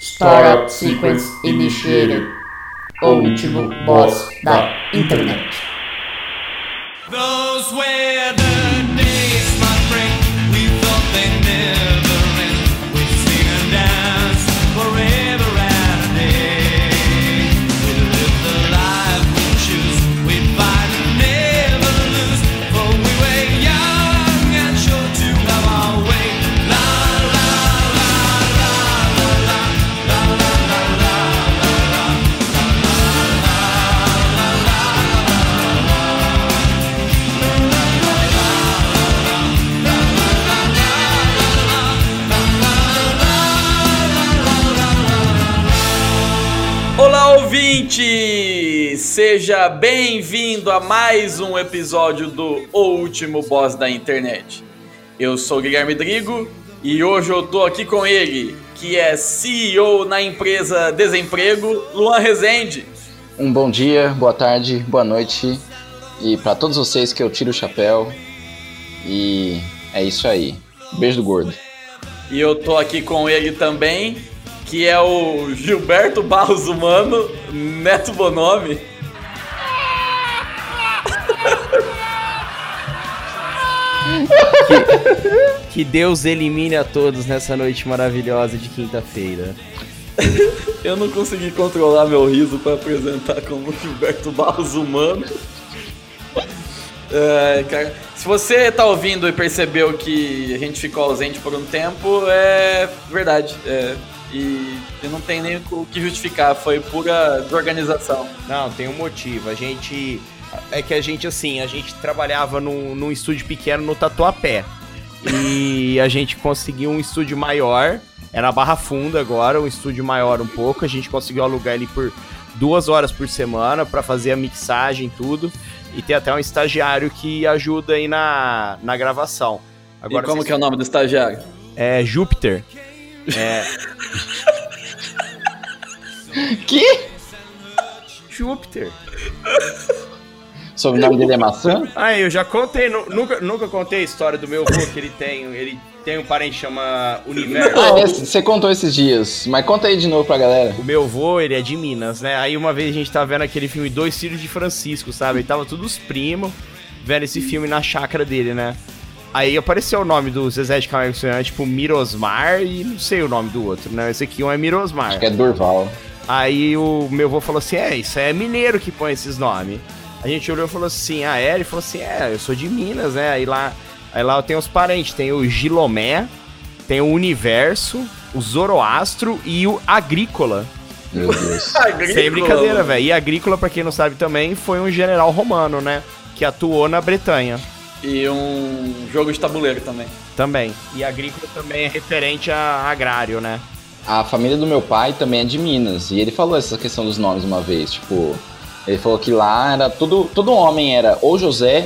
Startup Sequence Initiated. O último boss da internet. Those were the days, my friend. We thought they never end. We've seen them dance forever and a day. We live the life we choose. We fight and never lose. For we were young and sure to have our way. La la la la la la la la la la la la. Olá, ouvinte! Seja bem-vindo a mais um episódio do O Último Boss da Internet. Eu sou o Guilherme Drigo e hoje eu tô aqui com ele, que é CEO na empresa Desemprego, Luan Rezende. Um bom dia, boa tarde, boa noite e para todos vocês que eu tiro o chapéu e é isso aí. Beijo do gordo. E eu tô aqui com ele também, que é o Gilberto Barros Humano, Neto Bonomi. Que Deus elimine a todos nessa noite maravilhosa de quinta-feira. Eu não consegui controlar meu riso para apresentar como Gilberto Barros Humano. Cara, se você tá ouvindo e percebeu que a gente ficou ausente por um tempo, é verdade. E não tem nem o que justificar, foi pura desorganização. Não, tem um motivo. A gente trabalhava num estúdio pequeno no Tatuapé. E a gente conseguiu um estúdio maior. É na Barra Funda agora, um estúdio maior um pouco. A gente conseguiu alugar ele por 2 horas por semana para fazer a mixagem e tudo. E tem até um estagiário que ajuda aí na gravação. Agora, e como que é o nome do estagiário? É Júpiter. Que? Júpiter. O sobrenome dele é maçã? Eu já contei, nunca contei a história do meu avô, que ele tem um parente que chama Universo. Você contou esses dias, mas conta aí de novo pra galera. O meu avô, ele é de Minas, né? Aí uma vez a gente tava vendo aquele filme Dois Filhos de Francisco, sabe? E tava todos os primos vendo esse filme na chácara dele, né? Aí apareceu o nome do Zezé de Camargo e Luciano, tipo Mirosmar, e não sei o nome do outro, né? Esse aqui um é Mirosmar. Acho que é Durval. Aí o meu avô falou assim, isso é mineiro que põe esses nomes. A gente olhou e falou assim, ele falou assim, eu sou de Minas, né? Aí lá eu tenho os parentes, tem o Gilomé, tem o Universo, o Zoroastro e o Agrícola. Meu Deus. Sem brincadeira, velho. E Agrícola, pra quem não sabe também, foi um general romano, né? Que atuou na Bretanha. E um jogo de tabuleiro também. Também. E Agrícola também é referente a agrário, né? A família do meu pai também é de Minas. E ele falou essa questão dos nomes uma vez. Tipo, ele falou que lá era todo homem era ou José,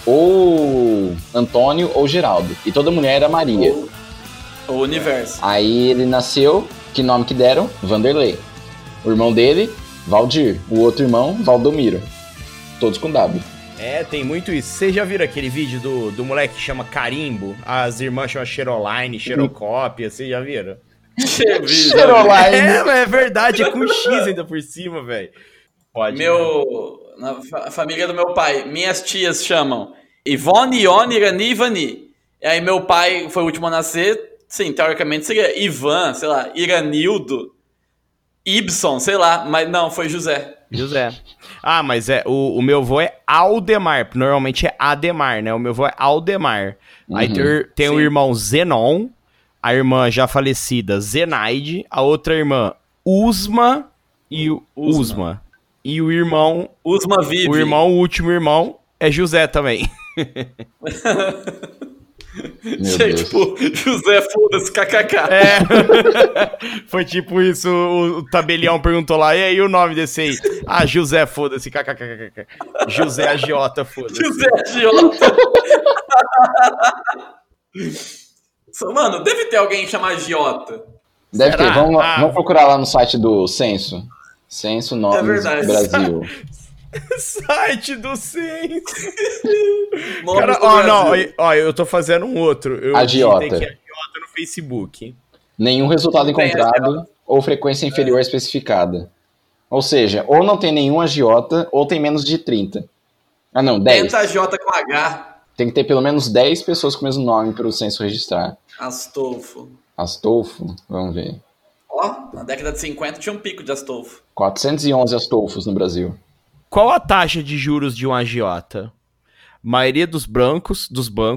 ou Antônio, ou Geraldo. E toda mulher era Maria. O Universo. Aí ele nasceu, que nome que deram? Vanderlei. O irmão dele, Valdir. O outro irmão, Valdomiro. Todos com W. Tem muito isso. Vocês já viram aquele vídeo do moleque que chama Carimbo? As irmãs chamam Xeroline, Xerocópia, vocês já viram? Xeroline. É verdade, é com X ainda por cima, velho. Pode. Na família do meu pai, minhas tias chamam Ivone, Ione, Irani, Ivani. E aí meu pai foi o último a nascer, sim, teoricamente seria Ivan, sei lá, Iranildo, Ibson, sei lá, mas não, foi José. Mas o meu avô é Aldemar, normalmente é Ademar, né? O meu avô é Aldemar. Aí tem o irmão Zenon, a irmã já falecida Zenaide, a outra irmã Usma e o Usma. E o irmão... Usma vive. O último irmão, é José também. Tipo, José, foda-se, kkk. Foi tipo isso, o tabelião perguntou lá, e aí o nome desse aí? José, foda-se, kkk. José Agiota, foda-se. José Agiota. Mano, deve ter alguém chamado Agiota. Deve ter, vamos procurar lá no site do Censo. Censo Nomes Brasil. Site do Censo. Cara, eu tô fazendo um outro. Eu Agiota. digitei aqui Agiota no Facebook. Nenhum resultado encontrado. ou frequência inferior especificada. Ou seja, ou não tem nenhum agiota, ou tem menos de 30. Ah, não, 10. Tenta agiota com H. Tem que ter pelo menos 10 pessoas com o mesmo nome para o censo registrar. Astolfo. Astolfo, vamos ver. Ó, na década de 50 tinha um pico de Astolfo. 411 Astolfos no Brasil. Qual a taxa de juros de um agiota? Maioria dos bancos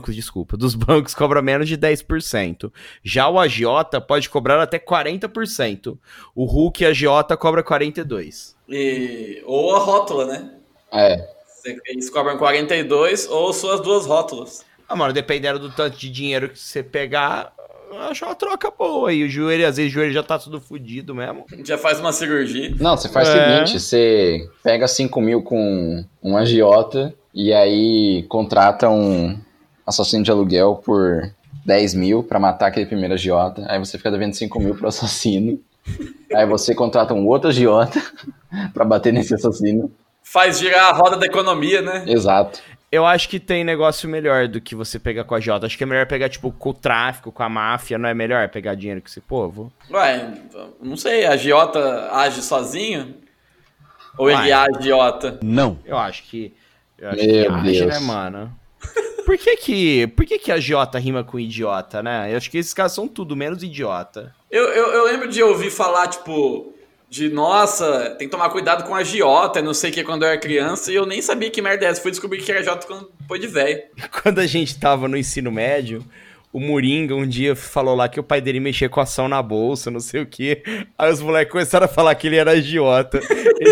cobra menos de 10%. Já o agiota pode cobrar até 40%. O Hulk agiota cobra 42%. Ou a rótula, né? Eles cobram 42 ou suas duas rótulas. Ah, mano, dependendo do tanto de dinheiro que você pegar, acho uma troca boa. E o joelho, às vezes o joelho já tá tudo fodido mesmo. Já faz uma cirurgia. Não, você faz o seguinte, você pega 5 mil com um agiota e aí contrata um assassino de aluguel por 10 mil pra matar aquele primeiro agiota. Aí você fica devendo 5 mil pro assassino. Aí você contrata um outro agiota pra bater nesse assassino. Faz girar a roda da economia, né? Exato. Eu acho que tem negócio melhor do que você pegar com a agiota. Acho que é melhor pegar, tipo, com o tráfico, com a máfia. Não é melhor pegar dinheiro com esse povo? Ué, não sei, a agiota age sozinho? Ou ele age agiota? Não. Eu acho que Meu age, Deus. né, mano? Por que agiota rima com idiota, né? Eu acho que esses caras são tudo menos idiota. Eu lembro de ouvir falar, tipo, nossa, tem que tomar cuidado com a agiota, não sei o que, quando eu era criança, e eu nem sabia que merda é essa. Fui descobrir que era agiota quando foi de velho. Quando a gente tava no ensino médio, o Moringa um dia falou lá que o pai dele mexia com ação na bolsa, não sei o quê. Aí os moleques começaram a falar que ele era agiota.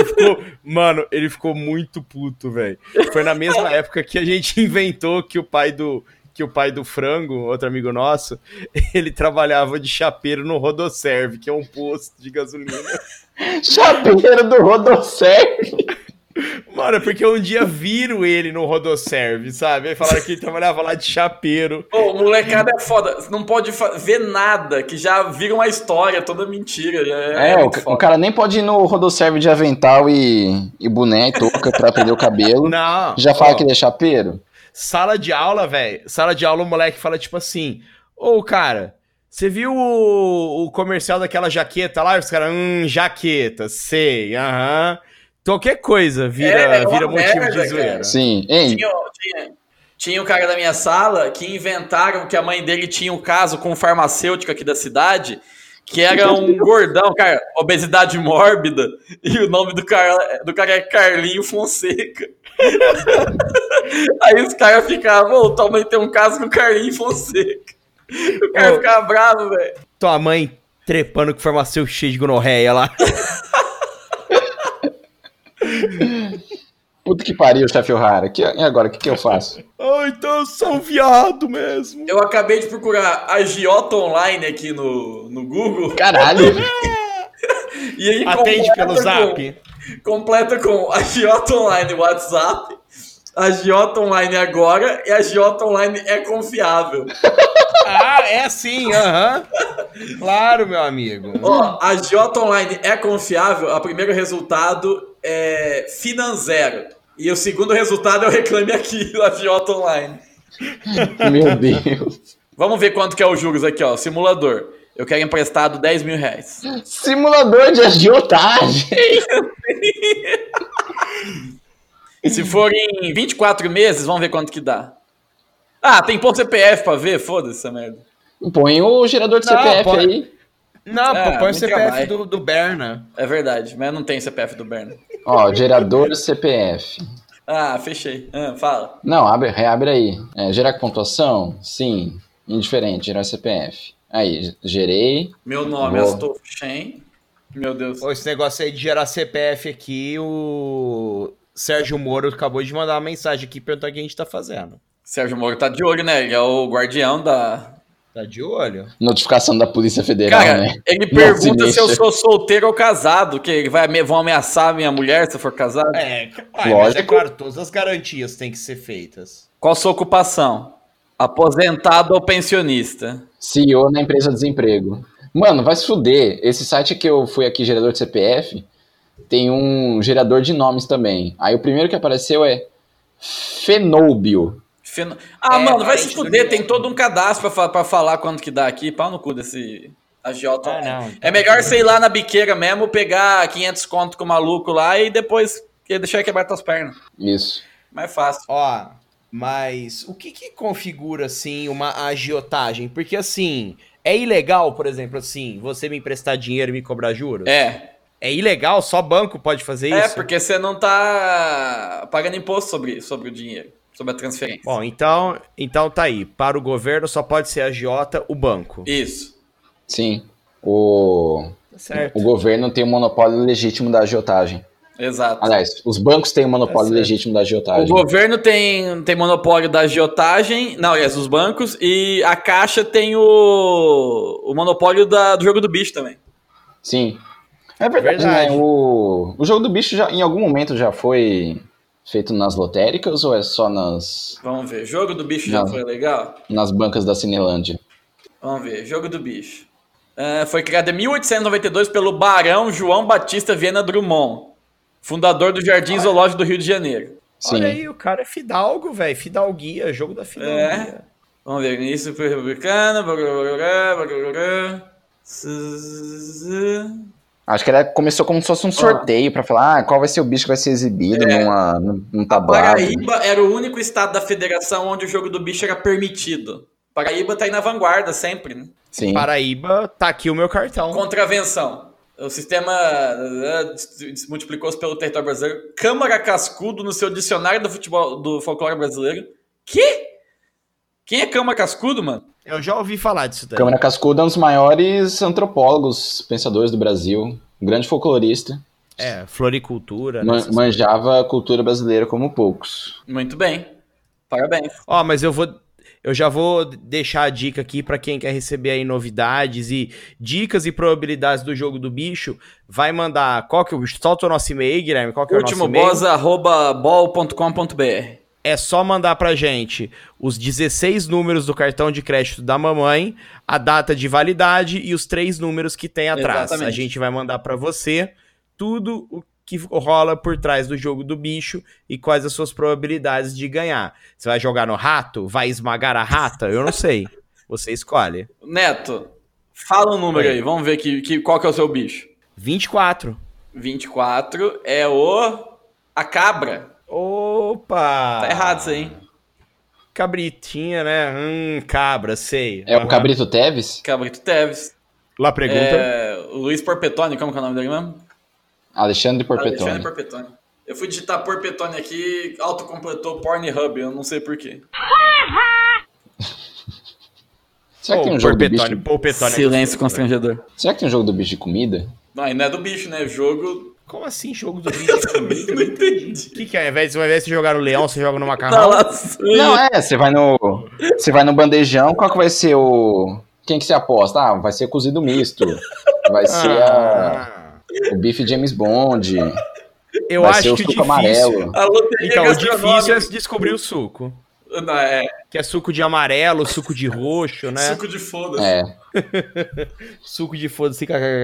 Ele ficou muito puto, velho. Foi na mesma época que a gente inventou que o pai do Frango, outro amigo nosso, ele trabalhava de chapeiro no Rodoserve, que é um posto de gasolina. Chapeiro do Rodoserve. Mano, é porque um dia viram ele no Rodoserve, sabe? Aí falaram que ele trabalhava lá de chapeiro. Ô, molecada é foda. Você não pode ver nada, que já vira uma história toda mentira. O cara nem pode ir no Rodoserve de avental e boné e touca pra perder o cabelo. Não. Já fala que ele é chapeiro. Sala de aula, velho. Sala de aula, o moleque fala tipo assim: ô, cara, você viu o comercial daquela jaqueta lá? Os caras, jaqueta, sei, aham. Qualquer coisa vira motivo merda, de zoeira. cara. Sim. Ei, Tinha um cara da minha sala que inventaram que a mãe dele tinha um caso com um farmacêutico aqui da cidade, que era um gordão, cara, obesidade mórbida, e o nome do cara é Carlinho Fonseca. Aí os caras ficavam, tua mãe tem um caso com o Carlinho Fonseca. O cara ficava bravo, velho. Tua mãe trepando com farmacêutico cheio de gonorreia lá. puta que pariu, chefe O'Hara. E agora, o que eu faço? Então eu sou um viado mesmo. Eu acabei de procurar agiota online aqui no Google. Caralho. E aí atende pelo zap. Completa com agiota online WhatsApp, agiota online agora e agiota online é confiável. É sim, aham. Claro, meu amigo. Ó, agiota online é confiável, o primeiro resultado é Finanzero. E o segundo resultado é o Reclame Aqui, do agiota online. Meu Deus. Vamos ver quanto que é os juros aqui, ó. Simulador. Eu quero emprestado R$10.000. Simulador de agiotagem. Se for em 24 meses, vamos ver quanto que dá. Tem que pôr CPF pra ver? Foda-se essa merda. Põe o gerador de CPF aí. Não, põe o CPF trabalho. do Berna. É verdade, mas não tem CPF do Berna. Ó, gerador CPF. Fechei. Fala. Não, reabre aí. Gerar com pontuação? Sim. Indiferente, gerar CPF. Aí, gerei. Meu nome é Astolfo Shen. Meu Deus. Esse negócio aí de gerar CPF aqui, o Sérgio Moro acabou de mandar uma mensagem aqui perguntando o que a gente tá fazendo. Sérgio Moro tá de olho, né? Ele é o guardião da... Tá de olho? Notificação da Polícia Federal, Cara, né? ele Não pergunta se se eu deixa. sou solteiro ou casado, que ele vão ameaçar a minha mulher se eu for casado. Mas é Lógico. claro, todas as garantias têm que ser feitas. Qual sua ocupação? Aposentado ou pensionista? CEO na empresa de desemprego. Mano, vai se fuder. Esse site que eu fui aqui, gerador de CPF, tem um gerador de nomes também. Aí o primeiro que apareceu é Fenóbio. Mano, vai parente se do fuder, meu tem nome. todo um cadastro pra falar quanto que dá aqui. Pau no cu Agiota online. não. É melhor você ir lá na biqueira mesmo, pegar 500 conto com o maluco lá e depois deixar ele quebrar tuas pernas. Isso. Mais fácil. Ó, mas o que configura, assim, uma agiotagem? Porque, assim, é ilegal, por exemplo, assim, você me emprestar dinheiro e me cobrar juros? É, ilegal? Só banco pode fazer isso? porque você não tá pagando imposto sobre o dinheiro, sobre a transferência. Bom, então tá aí. Para o governo só pode ser agiota o banco. Isso. Sim. O Tá certo. governo tem o monopólio legítimo da agiotagem. Exato. Aliás, os bancos têm o monopólio certo. legítimo da O agiotagem. governo tem monopólio da agiotagem, não, aliás, os bancos, e a Caixa tem o monopólio do jogo do bicho também. Sim. É verdade, Verdade. né? O jogo do bicho já, em algum momento já foi feito nas lotéricas ou é só nas Vamos ver, jogo do bicho já Não. foi legal? bancas da Cinelândia? Vamos ver, jogo do bicho. Foi criado em 1892 pelo Barão João Batista Viana Drummond, fundador do Jardim Zoológico do Rio de Janeiro. Sim. Olha aí, o cara é fidalgo, velho. Fidalguia, jogo da fidalguia. Vamos ver, início republicano. Acho que começou como se fosse um sorteio pra falar qual vai ser o bicho que vai ser exibido num tablado. Paraíba era o único estado da federação onde o jogo do bicho era permitido. Paraíba tá aí na vanguarda sempre, né? Sim. Paraíba, tá aqui o meu cartão. Contravenção. O sistema multiplicou-se pelo território brasileiro. Câmara Cascudo no seu dicionário do folclore brasileiro. Que? Quem é Câmara Cascudo, mano? Eu já ouvi falar disso daí. Câmara Cascudo é um dos maiores antropólogos, pensadores do Brasil. Um grande folclorista. É, floricultura. né, essas Manjava a cultura brasileira como poucos. Muito bem. Parabéns. Ó, mas eu já vou deixar a dica aqui pra quem quer receber aí novidades e dicas e probabilidades do jogo do bicho. Vai mandar, solta o nosso e-mail, Guilherme, qual que é o nosso e-mail? ultimoboss@bol.com.br. É só mandar pra gente os 16 números do cartão de crédito da mamãe, a data de validade e os 3 números que tem atrás. Exatamente. A gente vai mandar pra você tudo o que rola por trás do jogo do bicho e quais as suas probabilidades de ganhar. Você vai jogar no rato? Vai esmagar a rata? Eu não sei. Você escolhe. Neto, fala um número Oi. aí. Vamos ver qual que é o seu bicho. 24. 24 é a cabra. Opa! Tá errado isso aí, hein? Cabritinha, né? Cabra, sei. É Aham. o Cabrito Teves? Cabrito Teves. Lá pergunta. O Luiz Porpetone, como que é o nome dele mesmo? Alexandre Porpetone. Alexandre Porpetone. Eu fui digitar Porpetone aqui, autocompletou Pornhub, eu não sei porquê. Será que tem um jogo do bicho? Porpetone. Silêncio constrangedor. Será que tem um jogo do bicho de comida? Não, e não é do bicho, né? Jogo... Como assim, jogo do bicho? também não entendi. O que é? Ao invés de você jogar no leão, você joga no Tá macarrão? lá. Não, você vai no bandejão, qual que vai ser quem que você aposta? Ah, vai ser cozido misto. Vai ser o bife James Bond. Eu vai acho ser o que o suco difícil... amarelo. A loteria Então, o difícil gastronômica. é descobrir o suco. Não, Que é suco de amarelo, suco de roxo, né? suco de foda-se. Suco de foda-se.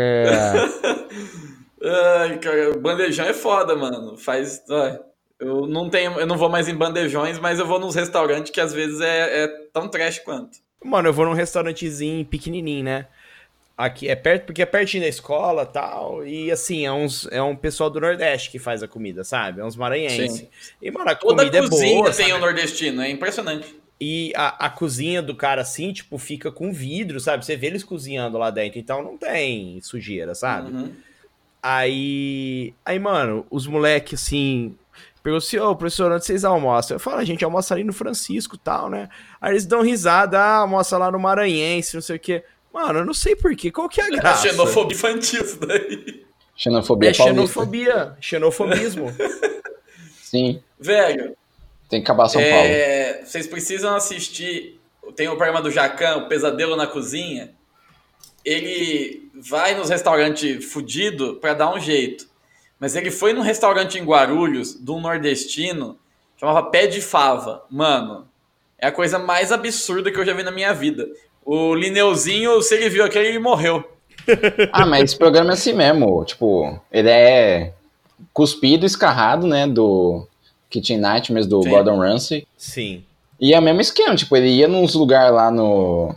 Ai, cara, bandejão é foda, mano. Eu não vou mais em bandejões, mas eu vou nos restaurantes que às vezes é tão trash quanto. Mano, eu vou num restaurantezinho pequenininho, né? Aqui é perto, porque é pertinho da escola e tal. E assim, é um pessoal do Nordeste que faz a comida, sabe? É uns maranhenses. Sim. E, mano, a Toda comida cozinha é boa. tem sabe? o nordestino, é impressionante. E a cozinha do cara, assim, tipo, fica com vidro, sabe? Você vê eles cozinhando lá dentro, então não tem sujeira, sabe? Uhum. Aí, mano, os moleques, assim, perguntam assim, ô, professor, onde vocês almoçam? Eu falo, a gente almoça ali no Francisco e tal, né? Aí eles dão risada, almoça lá no Maranhense, não sei o quê. Mano, eu não sei porquê, qual que é a graça? Xenofobia infantil isso daí. Xenofobia É paulista. xenofobismo. Sim, Velho, tem que acabar São Paulo. vocês precisam assistir. Tem o programa do Jacan, o Pesadelo na Cozinha. Ele vai nos restaurantes fudido pra dar um jeito. Mas ele foi num restaurante em Guarulhos, de um nordestino, chamava Pé de Fava. Mano, é a coisa mais absurda que eu já vi na minha vida. O Lineuzinho, se ele viu aquele, ele morreu. Mas esse programa é assim mesmo. Tipo, ele é cuspido, escarrado, né? Do Kitchen Nightmares, do Sim. Gordon Ramsay. Sim. E é o mesmo esquema. Tipo, ele ia nos lugares lá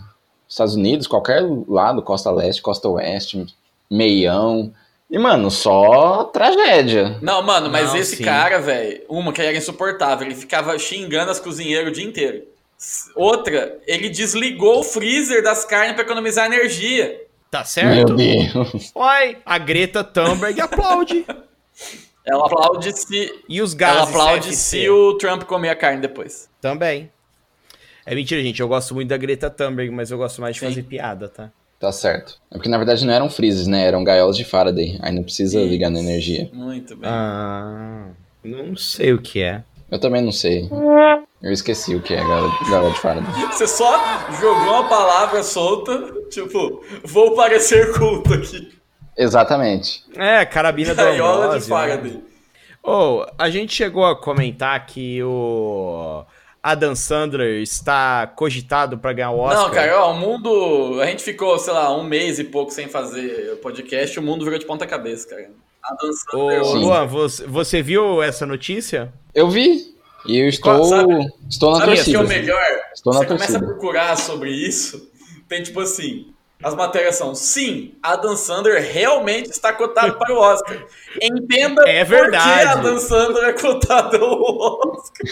Estados Unidos, qualquer lado, costa leste, costa oeste, meião. E, mano, só tragédia. Não, mano, mas Não, esse sim. cara, velho, uma que era insuportável, ele ficava xingando as cozinheiras o dia inteiro. Outra, ele desligou o freezer das carnes pra economizar energia. Tá Meu certo? Deus. Uai, a Greta Thunberg aplaude. Ela aplaude se, E os ela gases aplaude CFC? se o Trump comer a carne depois. Também. É mentira, gente. Eu gosto muito da Greta Thunberg, mas eu gosto mais de Sim. fazer piada, tá? Tá certo. É porque, na verdade, não eram freezers, né? Eram gaiolas de Faraday. Aí não precisa ligar na energia. Muito bem. Ah, não sei o que é. Eu também não sei. Eu esqueci o que é gaiola de Faraday. Você só jogou uma palavra solta, tipo, vou parecer culto aqui. Exatamente. É, carabina do Gaiola de Ambrósio, né? Faraday. Oh, a gente chegou a comentar que o Adam Sandler está cogitado pra ganhar o Oscar. Não, cara, ó, o mundo. A gente ficou, sei lá, um mês e pouco sem fazer podcast, o mundo virou de ponta cabeça, cara. Adam Sandler. Ô, Sim. Luan, você viu essa notícia? Eu vi. E eu estou, Sabe- estou na Sabe o que é torcida. o melhor? Estou na Você começa a torcida. procurar sobre isso, tem tipo assim. As matérias são, sim, Adam Sandler realmente está cotado para o Oscar. Entenda É por que verdade. Adam Sandler é cotado ao Oscar.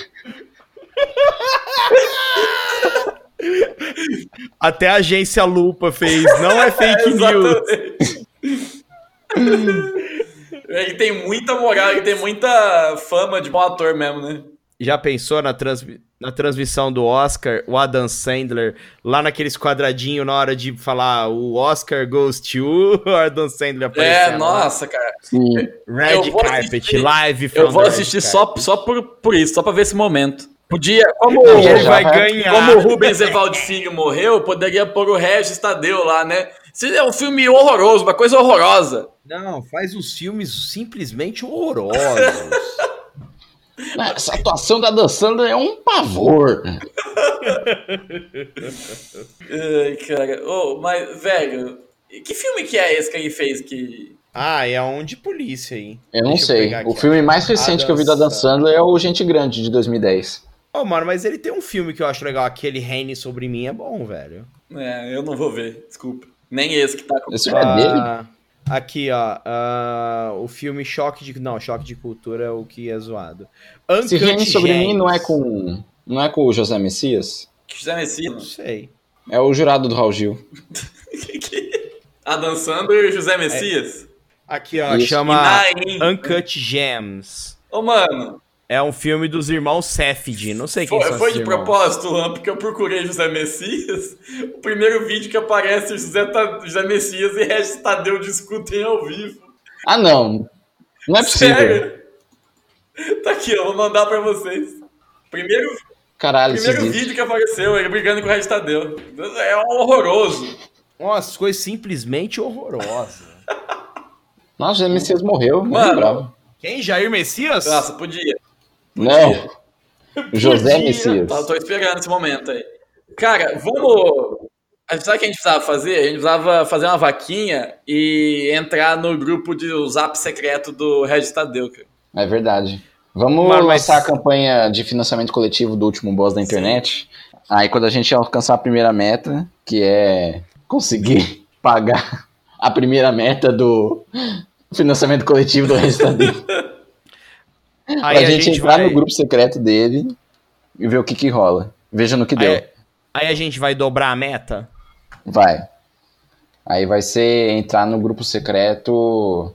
Até a agência Lupa fez, não é fake news. Exatamente. Ele tem muita moral, ele tem muita fama de bom ator mesmo, né? Já pensou na transmissão do Oscar, o Adam Sandler, lá naqueles quadradinhos, na hora de falar o Oscar goes to, o Adam Sandler aparecendo lá. Nossa, cara. Sim. Red Eu vou Carpet, assistir- live from Eu vou the red assistir carpet. só por isso, só pra ver esse momento. Podia, como, Não, E ele já vai vai- ganhar. como o Rubens Evaldo Filho morreu, poderia pôr o Regis Tadeu lá, né? Esse é um filme horroroso, uma coisa horrorosa. Não, faz os filmes simplesmente horrorosos. Essa atuação da Dan Sandler é um pavor. Ai, cara. Ô, mas, velho, que filme que é esse que ele fez que... Ah, é um de polícia aí. Eu não Deixa eu sei. pegar aqui, O ó. filme mais recente que eu vi da Dan Adam Sandler é o Gente Grande, de 2010. Ô, mano, mas ele tem um filme que eu acho legal, aquele Reine Sobre Mim é bom, velho. É, eu não vou ver, desculpa. Nem esse que tá com... Esse filme é dele? Aqui, ó. O filme Choque de Cultura é o que é zoado. Se Uncut Reine Sobre Mim Gems. não é com o José Messias? Que José Não Messias. sei. É o jurado do Raul Gil. Adam Sandler e José Messias. Aqui, ó, Isso. chama E Naim. Uncut Gems. Ô, mano, É um filme dos irmãos Safdie. Não sei quem são foi esses de irmãos. propósito, Luan, porque eu procurei José Messias. O primeiro vídeo que aparece José Messias e Regis Tadeu discutem ao vivo. Ah, não. Não é possível. Sério? Tá aqui, ó, vou mandar pra vocês. Primeiro Caralho, esquisito. vídeo que apareceu, ele brigando com o Regis Tadeu. É horroroso. Nossa, coisa simplesmente horrorosa. Nossa, o José Messias morreu. Não Mano. lembrava. Quem? Jair Messias? Nossa, podia. Não. José Messias. Tô esperando esse momento aí. Cara, vamos... Sabe o que a gente precisava fazer? A gente precisava fazer uma vaquinha e entrar no grupo de zap secreto do Regis Tadeu, cara. É verdade. Vamos Mano, mas- lançar a campanha de financiamento coletivo do último boss da internet. Aí quando a gente alcançar a primeira meta, que é conseguir pagar a primeira meta do financiamento coletivo do Restadinho. Aí Pra gente entrar no grupo secreto dele e ver o que rola. Veja no que deu. Aí a gente vai dobrar a meta? Vai. Aí vai ser entrar no grupo secreto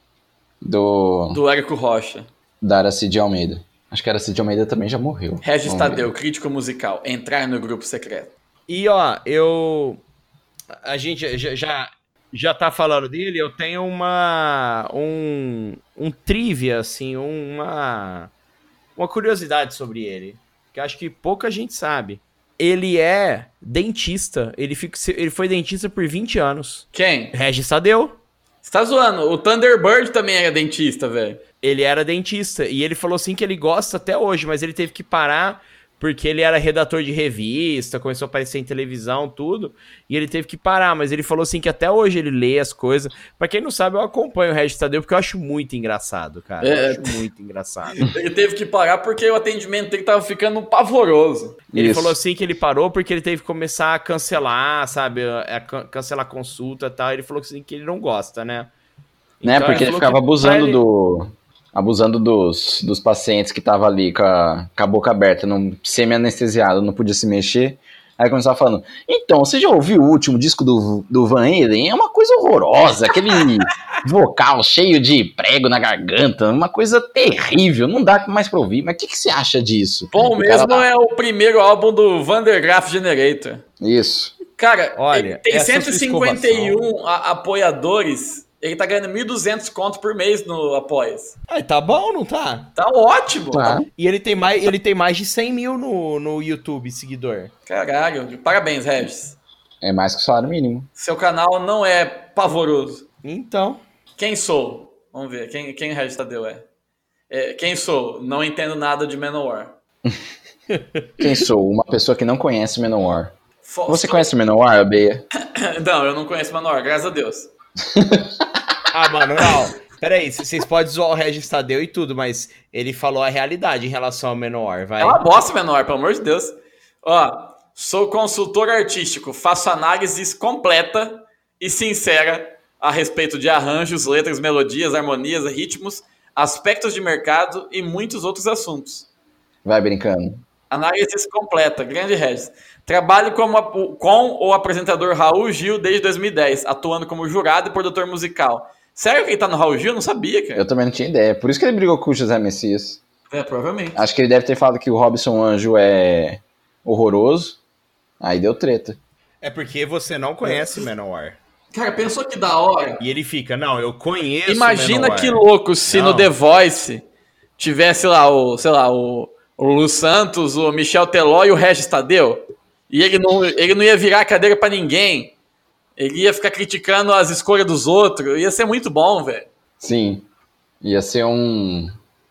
Do Érico Rocha. da Aracide Almeida. Acho que a Aracide Almeida também já morreu. Regis Vamos ver. Tadeu, crítico musical. Entrar no grupo secreto. E ó, a gente já tá falando dele, eu tenho um trivia, assim, uma curiosidade sobre ele, que acho que pouca gente sabe. Ele é dentista, ele foi dentista por 20 anos. Quem? Regis Tadeu, Você tá zoando? O Thunderbird também era dentista, velho. ele era dentista, e ele falou assim que ele gosta até hoje, mas ele teve que parar porque ele era redator de revista, começou a aparecer em televisão, tudo, e ele teve que parar, mas ele falou assim que até hoje ele lê as coisas. Pra quem não sabe, eu acompanho o Regis Tadeu porque eu acho muito engraçado, cara. Eu acho muito engraçado. Ele teve que parar porque o atendimento dele tava ficando pavoroso. Ele Isso. falou assim que ele parou porque ele teve que começar a cancelar, sabe, cancelar a consulta e tal. Ele falou assim que ele não gosta, né? Né? Então, Porque ele falou ficava que pra abusando ele- abusando dos pacientes que estavam ali com a boca aberta, semi-anestesiado, não podia se mexer. Aí começava falando, então, você já ouviu o último disco do Van Halen? É uma coisa horrorosa, aquele vocal cheio de prego na garganta, uma coisa terrível, não dá mais pra ouvir. Mas o que você acha disso? Bom O cara mesmo lá- é o primeiro álbum do Vandergraaf Generator. Isso. Cara, Olha, ele tem essa 151 apoiadores. Ele tá ganhando 1.200 conto por mês no Apoia-se. Ah, tá bom, não tá? Tá ótimo. Tá. E ele tem mais de 100 mil no YouTube, seguidor. Caralho, parabéns, Regis. É mais que o salário mínimo. Seu canal não é pavoroso. Então, Quem sou? Vamos ver, quem o Regis Tadeu é? Quem sou? Não entendo nada de Manowar. Quem sou? Uma pessoa que não conhece Manowar. Você Sou- conhece Manowar, Beia? Não, eu não conheço Manowar, graças a Deus. mano, não. Peraí, vocês podem zoar o Regis Tadeu e tudo, mas ele falou a realidade em relação ao Menor, vai. É uma bosta, Manowar, pelo amor de Deus. Ó, sou consultor artístico, faço análises completa e sincera a respeito de arranjos, letras, melodias, harmonias, ritmos, aspectos de mercado e muitos outros assuntos. Vai brincando. Análise completa, grande Regis. Trabalho com o apresentador Raul Gil desde 2010, atuando como jurado e produtor musical. Sério que ele tá no Raul Gil? Eu não sabia, cara. Eu também não tinha ideia. Por isso que ele brigou com o José Messias. Provavelmente. Acho que ele deve ter falado que o Robson Anjo é horroroso. Aí deu treta. É porque você não conhece Menor. Cara, pensou que da hora? E ele fica, não, eu conheço Imagina Manowar. que louco se Não. no The Voice tivesse lá o Lu Santos, o Michel Teló e o Regis Tadeu. E ele não ia virar a cadeira pra ninguém. Ele ia ficar criticando as escolhas dos outros. Ia ser muito bom, velho. Sim. Ia ser um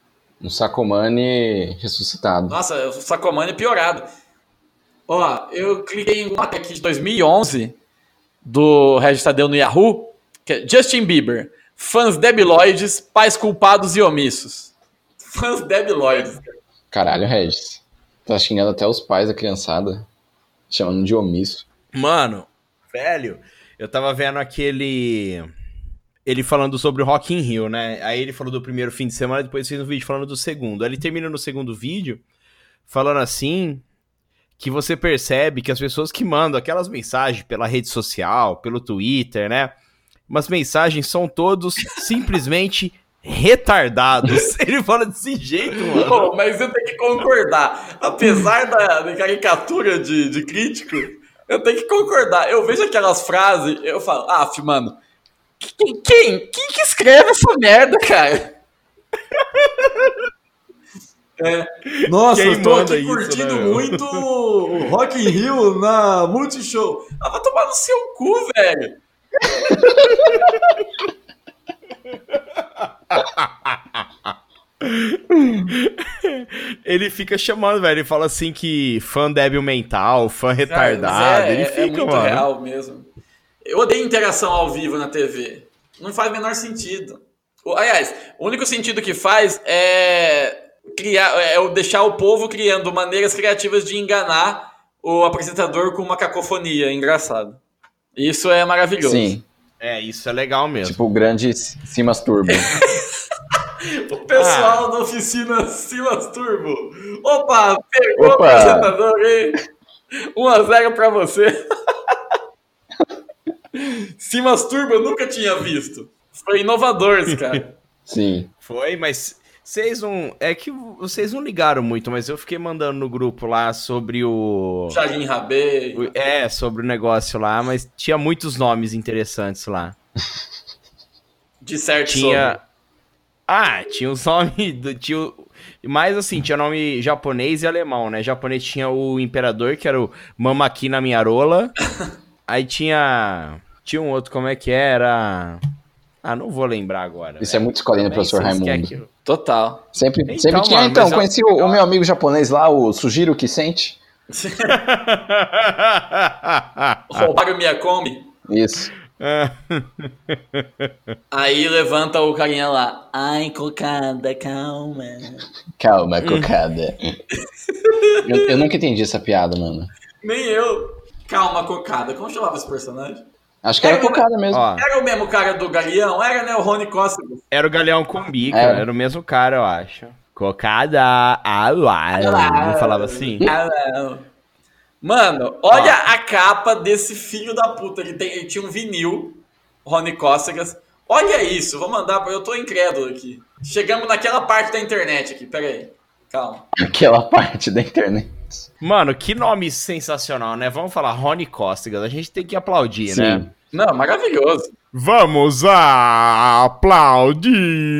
Sacomani ressuscitado. Nossa, o Sacomani é piorado. Ó, eu cliquei em um aqui de 2011 do Regis Tadeu no Yahoo, que é Justin Bieber. Fãs debilóides, pais culpados e omissos. Fãs debilóides. Caralho, Regis. Tá xingando até os pais da criançada. Chamando de omisso. Mano, velho, eu tava vendo aquele... Ele falando sobre o Rock in Rio, né? Aí ele falou do primeiro fim de semana, depois fez um vídeo falando do segundo. Aí ele termina no segundo vídeo falando assim... que você percebe que as pessoas que mandam aquelas mensagens pela rede social, pelo Twitter, né? Umas mensagens são todos simplesmente retardados. Ele fala desse jeito, mano. Pô, mas eu tenho que concordar. Apesar da caricatura de crítico, eu tenho que concordar. Eu vejo aquelas frases, eu falo, mano, quem que escreve essa merda, cara? Nossa, Quem eu tô manda aqui isso, curtindo né, meu? muito o Rock in Rio na Multishow. Vai tomar no seu cu, velho. Ele fica chamando, velho. Ele fala assim que fã débil mental, fã retardado. Ele fica, muito mano. real mesmo. Eu odeio interação ao vivo na TV. Não faz o menor sentido. Aliás, o único sentido que faz é deixar o povo criando maneiras criativas de enganar o apresentador com uma cacofonia. Engraçado. Isso é maravilhoso. Sim. É, isso é legal mesmo. Tipo o grande Simas Turbo. O pessoal da oficina Silas Turbo. Opa, pegou Opa. o apresentador aí. 1-0 pra você. Simas Turbo eu nunca tinha visto. Foi inovador esse cara. Sim. Foi, mas vocês não... É que vocês não ligaram muito, mas eu fiquei mandando no grupo lá sobre o... Jardim Rabê. sobre o negócio lá, mas tinha muitos nomes interessantes lá. De certo Tinha... tinha os nomes... Mas assim, tinha nome japonês e alemão, né? Japonês tinha o imperador, que era o Mamaki Namiarola. Aí tinha um outro, como é que era? Ah, não vou lembrar agora. Isso é muito escolinha do professor Raimundo. Total. Sempre Então, tinha. mano, Então, mas conheci o meu amigo japonês lá, o Sugiro Kisente. Roubaram minha Kombi. Isso. Aí levanta o carinha lá. Ai, cocada, calma. Calma, cocada. eu nunca entendi essa piada, mano. Nem eu. Calma, cocada. Como chamava esse personagem? Acho que era cocada mesmo. Ó, Era o mesmo cara do Galeão? Era, né? O Rony Costa. era o Galeão com bica, Era. era o mesmo cara, eu acho. Cocada, não falava assim? Mano, olha a capa desse filho da puta. Ele tinha um vinil, Rony Cócegas. Olha isso, vou mandar, eu tô incrédulo aqui. Chegamos naquela parte da internet aqui, pera aí. Calma. Aquela parte da internet. Mano, que nome sensacional, né? Vamos falar Rony Cócegas, a gente tem que aplaudir, Sim. né? Não, maravilhoso. Vamos aplaudir.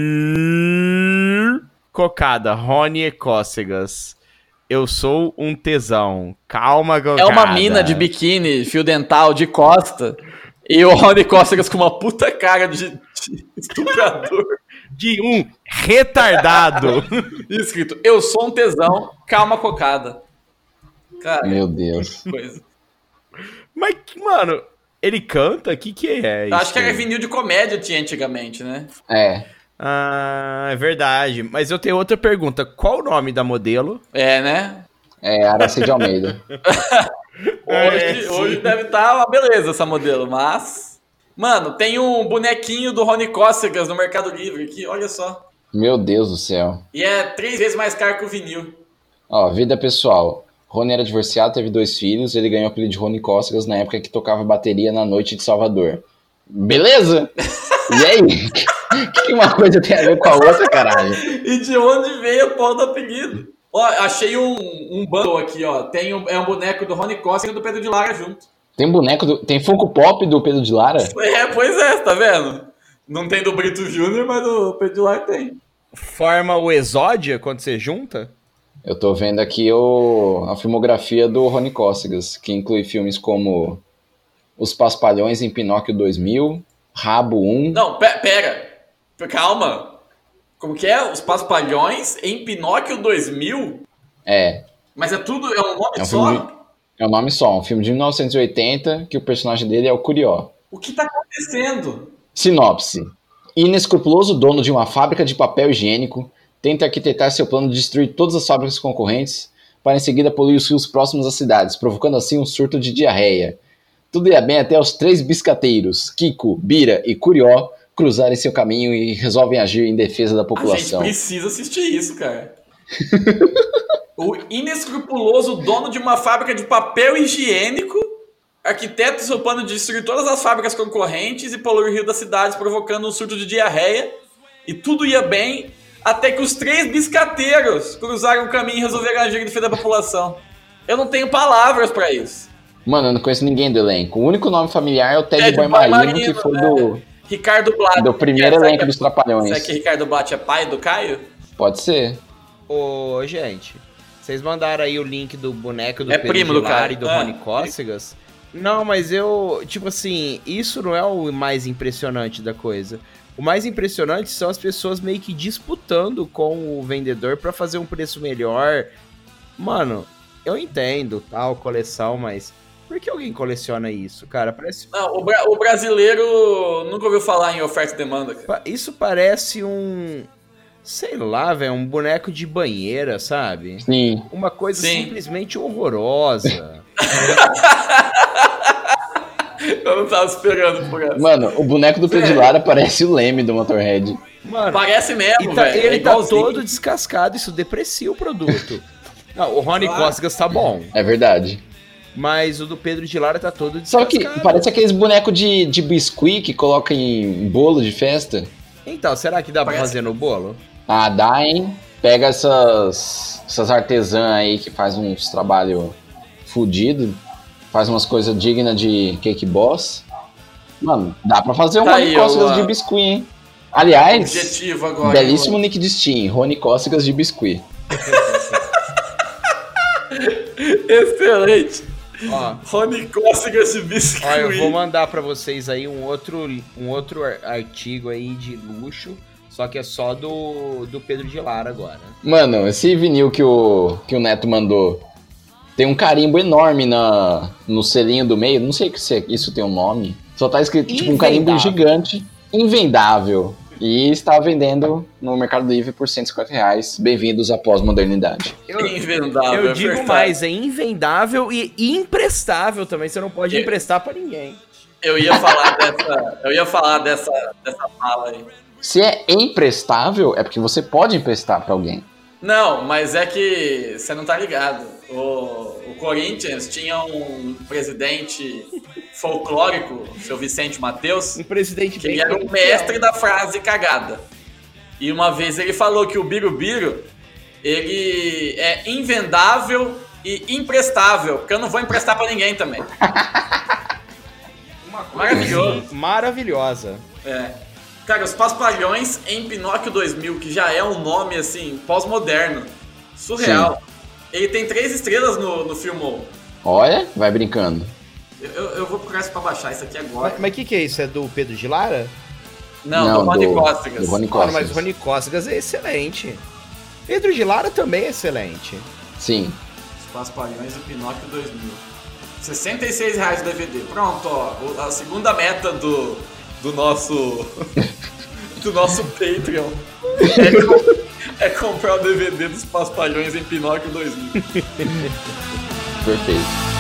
Cocada, Rony Cócegas. Eu sou um tesão. Calma, cocada. É uma mina de biquíni, fio dental, de costa. E o Rony Cócegas com uma puta cara de estuprador. De um retardado. Escrito, eu sou um tesão, calma, cocada. Cara, Meu Deus. que coisa. Mas, mano, ele canta? O que é isso? Acho que era vinil de comédia tinha antigamente, né? É. Ah, é verdade. Mas eu tenho outra pergunta. Qual o nome da modelo? É, né? É Aracy de Almeida. Hoje deve estar uma beleza essa modelo, mas... Mano, tem um bonequinho do Rony Cócegas no Mercado Livre aqui, olha só. Meu Deus do céu. E é 3 vezes mais caro que o vinil. Ó, vida pessoal. Rony era divorciado, teve 2 filhos. Ele ganhou o apelido de Rony Cócegas na época que tocava bateria na noite de Salvador. Beleza? E aí? Que uma coisa tem a ver com a outra, caralho? E de onde veio o pau do apelido? Ó, achei um bundle aqui, ó. É um boneco do Rony Cócegas e do Pedro de Lara junto. Tem boneco tem Funko Pop do Pedro de Lara? Pois é, tá vendo? Não tem do Brito Júnior, mas do Pedro de Lara tem. Forma o exódia quando você junta? Eu tô vendo aqui a filmografia do Rony Cócegas, que inclui filmes como Os Paspalhões em Pinóquio 2000, Rabo 1. Não, pera. Calma. Como que é? Os Paspalhões em Pinóquio 2000? É, Mas é tudo, é um nome é um só? filme é um nome só, um filme de 1980, que o personagem dele é o Curió. O que tá acontecendo? Sinopse. Inescrupuloso dono de uma fábrica de papel higiênico tenta arquitetar seu plano de destruir todas as fábricas concorrentes para em seguida poluir os rios próximos às cidades, provocando assim um surto de diarreia. Tudo ia bem até os 3 biscateiros, Kiko, Bira e Curió, cruzarem seu caminho e resolvem agir em defesa da A gente população. precisa assistir isso, cara. O inescrupuloso dono de uma fábrica de papel higiênico arquiteta seu plano de destruir todas as fábricas concorrentes e poluir o rio das cidades, provocando um surto de diarreia. E tudo ia bem até que os 3 biscateiros cruzaram o caminho e resolveram agir em defesa da população. Eu não tenho palavras pra isso. Mano, eu não conheço ninguém do elenco. O único nome familiar é o Ted Ted Boy Boy Marino, Marino, que foi né? Ricardo Blatt. do primeiro Será elenco que dos Trapalhões. Será que Ricardo Blatt é pai do Caio? Pode ser. Ô, gente, vocês mandaram aí o link do boneco do É Pedro primo do Gilar cara. e do É. Rony Cócegas? Não, mas eu, tipo assim, isso não é o mais impressionante da coisa. O mais impressionante são as pessoas meio que disputando com o vendedor pra fazer um preço melhor. Mano, eu entendo, tal, coleção, mas por que alguém coleciona isso, cara? Parece... Não, o brasileiro nunca ouviu falar em oferta e demanda, cara. Isso parece um... Sei lá, velho, um boneco de banheira, sabe? Sim. Uma coisa Sim. simplesmente horrorosa. Eu não tava esperando por essa. Mano, o boneco do Pedro de Lara parece o Leme do Motorhead. Mano, Parece mesmo, e tá- velho. ele É tá igualzinho. todo descascado, isso deprecia o produto. Não, o Rony Cócegas tá bom, É verdade. mas o do Pedro de Lara tá todo Só descascado. que parece aqueles bonecos de biscuit que coloca em bolo de festa. Então, será que dá pra Parece- fazer no bolo? Ah, dá, hein? Pega essas artesãs aí que faz uns trabalho fudido, faz umas coisas dignas de Cake Boss. Mano, dá pra fazer um Tá Rony aí, Cócegas ó, de biscuit, hein? Aliás, Objetivo agora. belíssimo nick de Steam, Rony Cócegas de biscuit. Excelente. Ó, Rony Cócegas de biscuit. ó, eu vou mandar pra vocês aí um outro artigo aí de luxo, só que é só do Pedro de Lara agora. Mano, esse vinil que o Neto mandou tem um carimbo enorme no selinho do meio. Não sei se isso tem um nome. Só tá escrito tipo um carimbo Invendável. gigante, invendável. E está vendendo no Mercado Livre por R$150. Bem-vindos à pós-modernidade. Invendável. Eu digo mais, é invendável e imprestável também. Você não pode emprestar pra ninguém. Eu ia falar dessa fala aí. Se é emprestável, é porque você pode emprestar pra alguém. Não, mas é que você não tá ligado. O Corinthians tinha um presidente folclórico, o seu Vicente Mateus, Um presidente que bem ele era o mestre da frase cagada. E uma vez ele falou que o Birubiru, ele é invendável e imprestável, porque eu não vou emprestar pra ninguém também. Maravilhoso. Maravilhosa. É. Cara, os Paspalhões em Pinóquio 2000, que já é um nome, assim, pós-moderno. Surreal. Ele tem 3 estrelas no Filmou. Olha, vai brincando. Eu vou procurar isso pra baixar isso aqui agora. Mas o que é isso? É do Pedro de Lara? Não, do Rony Cócegas. do Rony Mano, Cócegas. mas o Rony Cócegas é excelente. Pedro de Lara também é excelente. Sim. Os Paspalhões em Pinóquio 2000. R$66 o DVD. Pronto, ó. A segunda meta do nosso... do nosso Patreon. É comprar o DVD dos Paspalhões em Pinóquio 2000. Perfeito.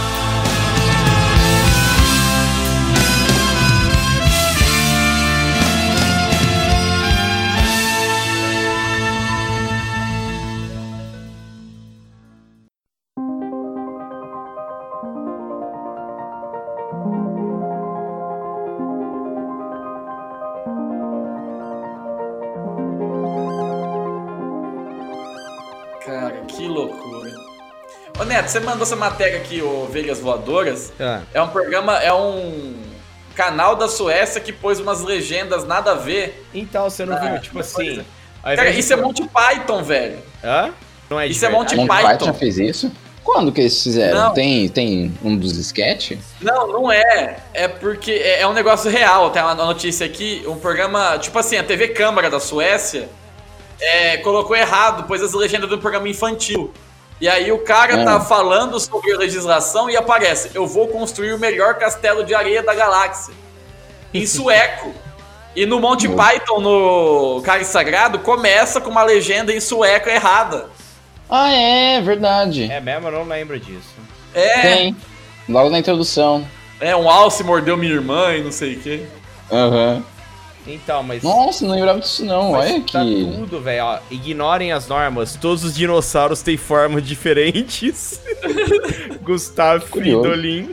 Cara, que loucura. Ô Neto, você mandou essa matéria aqui, Ovelhas Voadoras. É um programa, é um canal da Suécia que pôs umas legendas nada a ver. Então, você não viu? Tipo assim... ao Cara, invés de- isso é Monty Python, velho. Hã? Não é de Isso é verdade? Monty Monty Python. Python fez isso? Quando que eles fizeram? Não. Tem um dos sketches? Não é. É porque é um negócio real. Tem uma notícia aqui, um programa, tipo assim, a TV Câmara da Suécia colocou errado, pôs as legendas do programa infantil. E aí o cara tá falando sobre a legislação e aparece: eu vou construir o melhor castelo de areia da galáxia. Em sueco. E no Monty Python, no Cálice Sagrado, começa com uma legenda em sueco errada. Ah, é verdade. É mesmo? Eu não lembro disso. Tem. Logo na introdução. Um alce mordeu minha irmã e não sei o quê. Aham. Então, mas... Nossa, não lembrava disso não. mas Olha tá que... tudo, velho. Ó, ignorem as normas. Todos os dinossauros têm formas diferentes. Gustavo Curioso. Fridolin.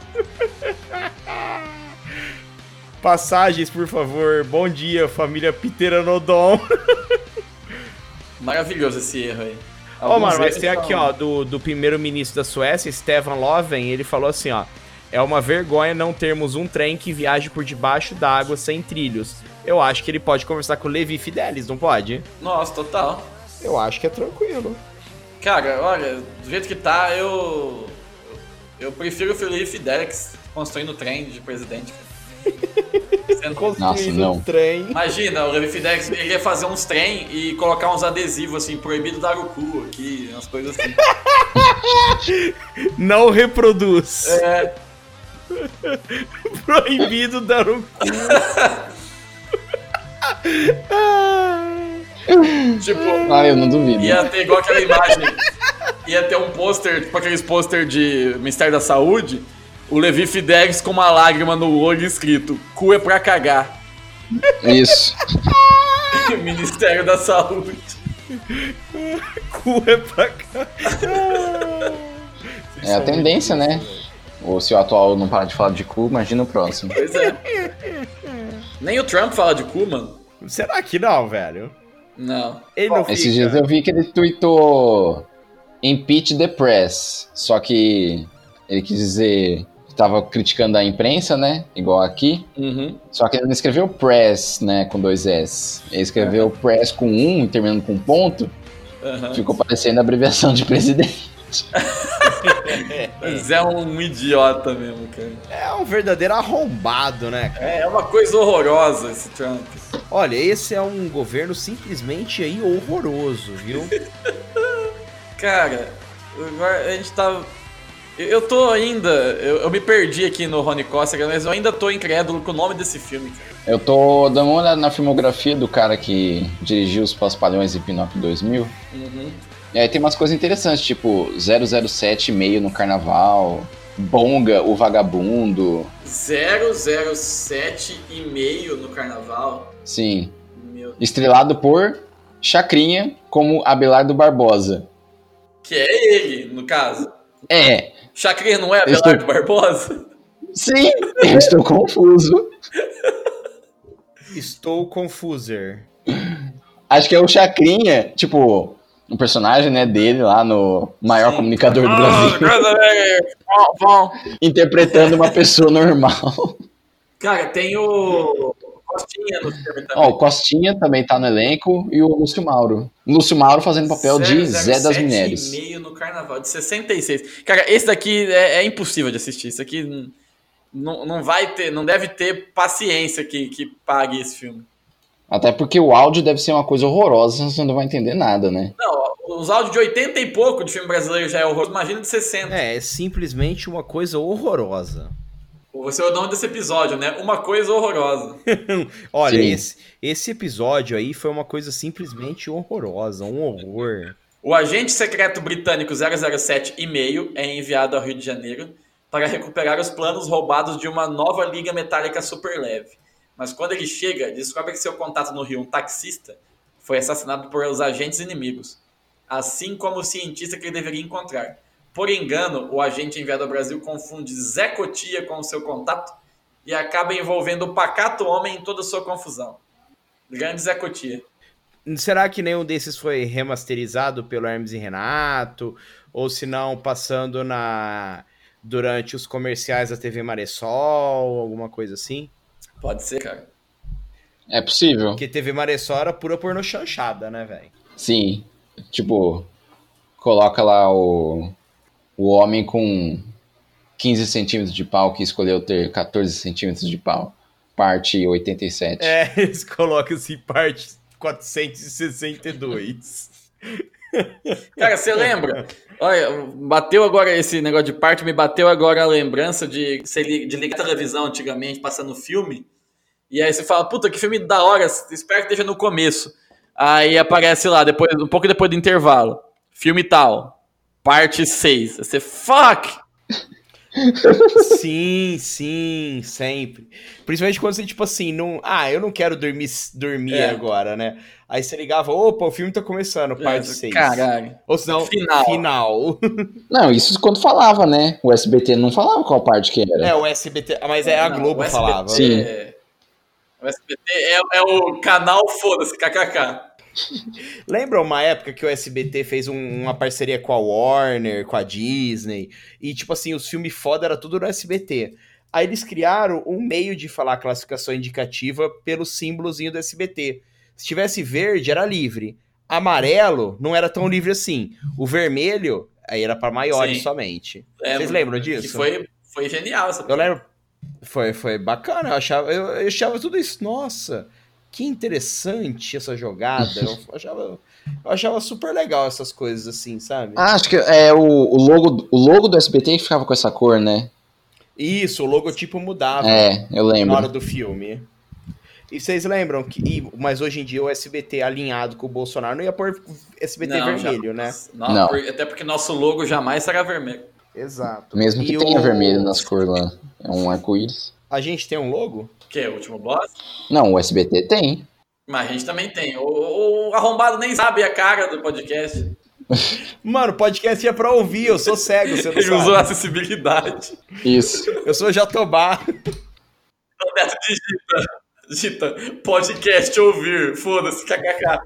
Passagens, por favor. Bom dia, família Pteranodon. Maravilhoso esse erro aí. Ô, mano, mas erros tem são- aqui, ó, do primeiro-ministro da Suécia, Stefan Löfven, ele falou assim, ó: é uma vergonha não termos um trem que viaje por debaixo d'água sem trilhos. Eu acho que ele pode conversar com o Levi Fidelis, não pode? Nossa, total. Eu acho que é tranquilo. Cara, olha, do jeito que tá, eu prefiro o Felipe Fidelix construindo trem de presidente. Sendo- Nossa, não. trem. Imagina, o Levi Fidelix, ele ia fazer uns trem e colocar uns adesivos assim, proibido dar o cu aqui, umas coisas assim. Não reproduz. É, Proibido dar o cu. tipo, Ah, eu não duvido. ia ter igual aquela imagem, ia ter um pôster, tipo aqueles pôster de Ministério da Saúde, o Levi Fidelix com uma lágrima no olho escrito: cu é pra cagar. Isso. Ministério da Saúde. Cu é pra cá. É a tendência, né? Ou se o atual não parar de falar de cu, imagina o próximo. Pois é. Nem o Trump fala de cu, mano. Será que não, velho? Não. Ele não fica. Esses dias eu vi que ele tweetou impeach the press. Só que ele quis dizer que tava criticando a imprensa, né? Igual aqui. Uhum. Só que ele não escreveu press, né? Com 2 S. Ele escreveu press com 1, terminando com ponto. Uhum. Ficou parecendo a abreviação de presidente. Mas é um idiota mesmo, cara. É um verdadeiro arrombado, né, cara? É uma coisa horrorosa esse Trump. Olha, esse é um governo simplesmente aí horroroso, viu? Cara, agora a gente tá... Eu tô ainda... Eu me perdi aqui no Rony Costa, mas eu ainda tô incrédulo com o nome desse filme, cara. Eu tô dando uma olhada na filmografia do cara que dirigiu Os Paspalhões e Pinóquio 2000. E aí tem umas coisas interessantes, tipo 007,5 no Carnaval, Bonga, o Vagabundo. 007,5 no Carnaval. Sim. Meu Deus. Estrelado por Chacrinha como Abelardo Barbosa. Que é ele, no caso. É. Chacrinha não é Eu estou- Abelardo Barbosa? Sim, eu estou confuso. Estou confuser. Acho que é o Chacrinha, tipo, o personagem, né, dele lá no maior Sim. comunicador do Brasil, interpretando uma pessoa normal. Cara, tem o Costinha no filme também. Ó, o Costinha também tá no elenco e o Lúcio Mauro. Lúcio Mauro fazendo papel de Zé das Minérias. 007,5 no Carnaval, de 66. Cara, esse daqui é impossível de assistir. Isso aqui não vai ter, não deve ter paciência que pague esse filme. Até porque o áudio deve ser uma coisa horrorosa, você não vai entender nada, né? Não, os áudios de 80 e pouco de filme brasileiro já é horroroso. Imagina de 60. É simplesmente uma coisa horrorosa. Esse é o nome desse episódio, né? Uma coisa horrorosa. Olha, Sim. esse episódio aí foi uma coisa simplesmente horrorosa, um horror. O agente secreto britânico 007,5 é enviado ao Rio de Janeiro para recuperar os planos roubados de uma nova liga metálica super leve. Mas quando ele chega, descobre que seu contato no Rio, um taxista, foi assassinado por os agentes inimigos, assim como o cientista que ele deveria encontrar. Por engano, o agente enviado ao Brasil confunde Zé Cotia com o seu contato e acaba envolvendo o pacato homem em toda a sua confusão. Grande Zé Cotia. Será que nenhum desses foi remasterizado pelo Hermes e Renato? Ou se não, passando durante os comerciais da TV Maressol, alguma coisa assim? Pode ser, cara. É possível. Porque TV Maressol era pura porno chanchada, né, velho? Sim. Tipo, coloca lá o homem com 15 centímetros de pau que escolheu ter 14 centímetros de pau. Parte 87. É, eles colocam assim, parte 462. Cara, você lembra? Olha, bateu agora esse negócio de parte, me bateu agora a lembrança de ligar a televisão antigamente, passando filme. E aí você fala, puta, que filme da hora, espero que esteja no começo. Aí aparece lá, um pouco depois do intervalo. Filme tal, parte 6. Você, fuck! Sim, sempre. Principalmente quando você, tipo assim, eu não quero dormir agora, né? Aí você ligava, opa, o filme tá começando, parte 6. Caralho. Ou senão, final. Não, isso quando falava, né? O SBT não falava qual parte que era. É, o SBT, mas a Globo o SBT, falava. Sim. O SBT é o canal foda-se, kkk. Lembra uma época que o SBT fez uma parceria com a Warner, com a Disney, e tipo assim, os filmes foda era tudo no SBT. Aí eles criaram um meio de falar classificação indicativa pelo símbolozinho do SBT. Se tivesse verde, era livre. Amarelo, não era tão livre assim. O vermelho, aí era para maiores somente. Vocês lembram disso? Que foi genial essa Eu lembro. Foi bacana, eu achava tudo isso. Nossa, que interessante essa jogada. Eu achava super legal essas coisas assim, sabe? Ah, acho que é o logo do SBT que ficava com essa cor, né? Isso, o logotipo mudava Eu lembro. na hora do filme. E vocês lembram que... Mas hoje em dia o SBT alinhado com o Bolsonaro não ia pôr SBT vermelho, né? Não. Até porque nosso logo jamais será vermelho. Exato. Mesmo que tenha vermelho nas cores lá. É um arco-íris. A gente tem um logo? O quê? O último boss? Não, o SBT tem. Mas a gente também tem. O arrombado nem sabe a cara do podcast. Mano, o podcast é pra ouvir, eu sou cego, você não Ele usou sabe. acessibilidade. Isso. Eu sou Jatobá. Então, Neto, digita podcast ouvir, foda-se, kkk.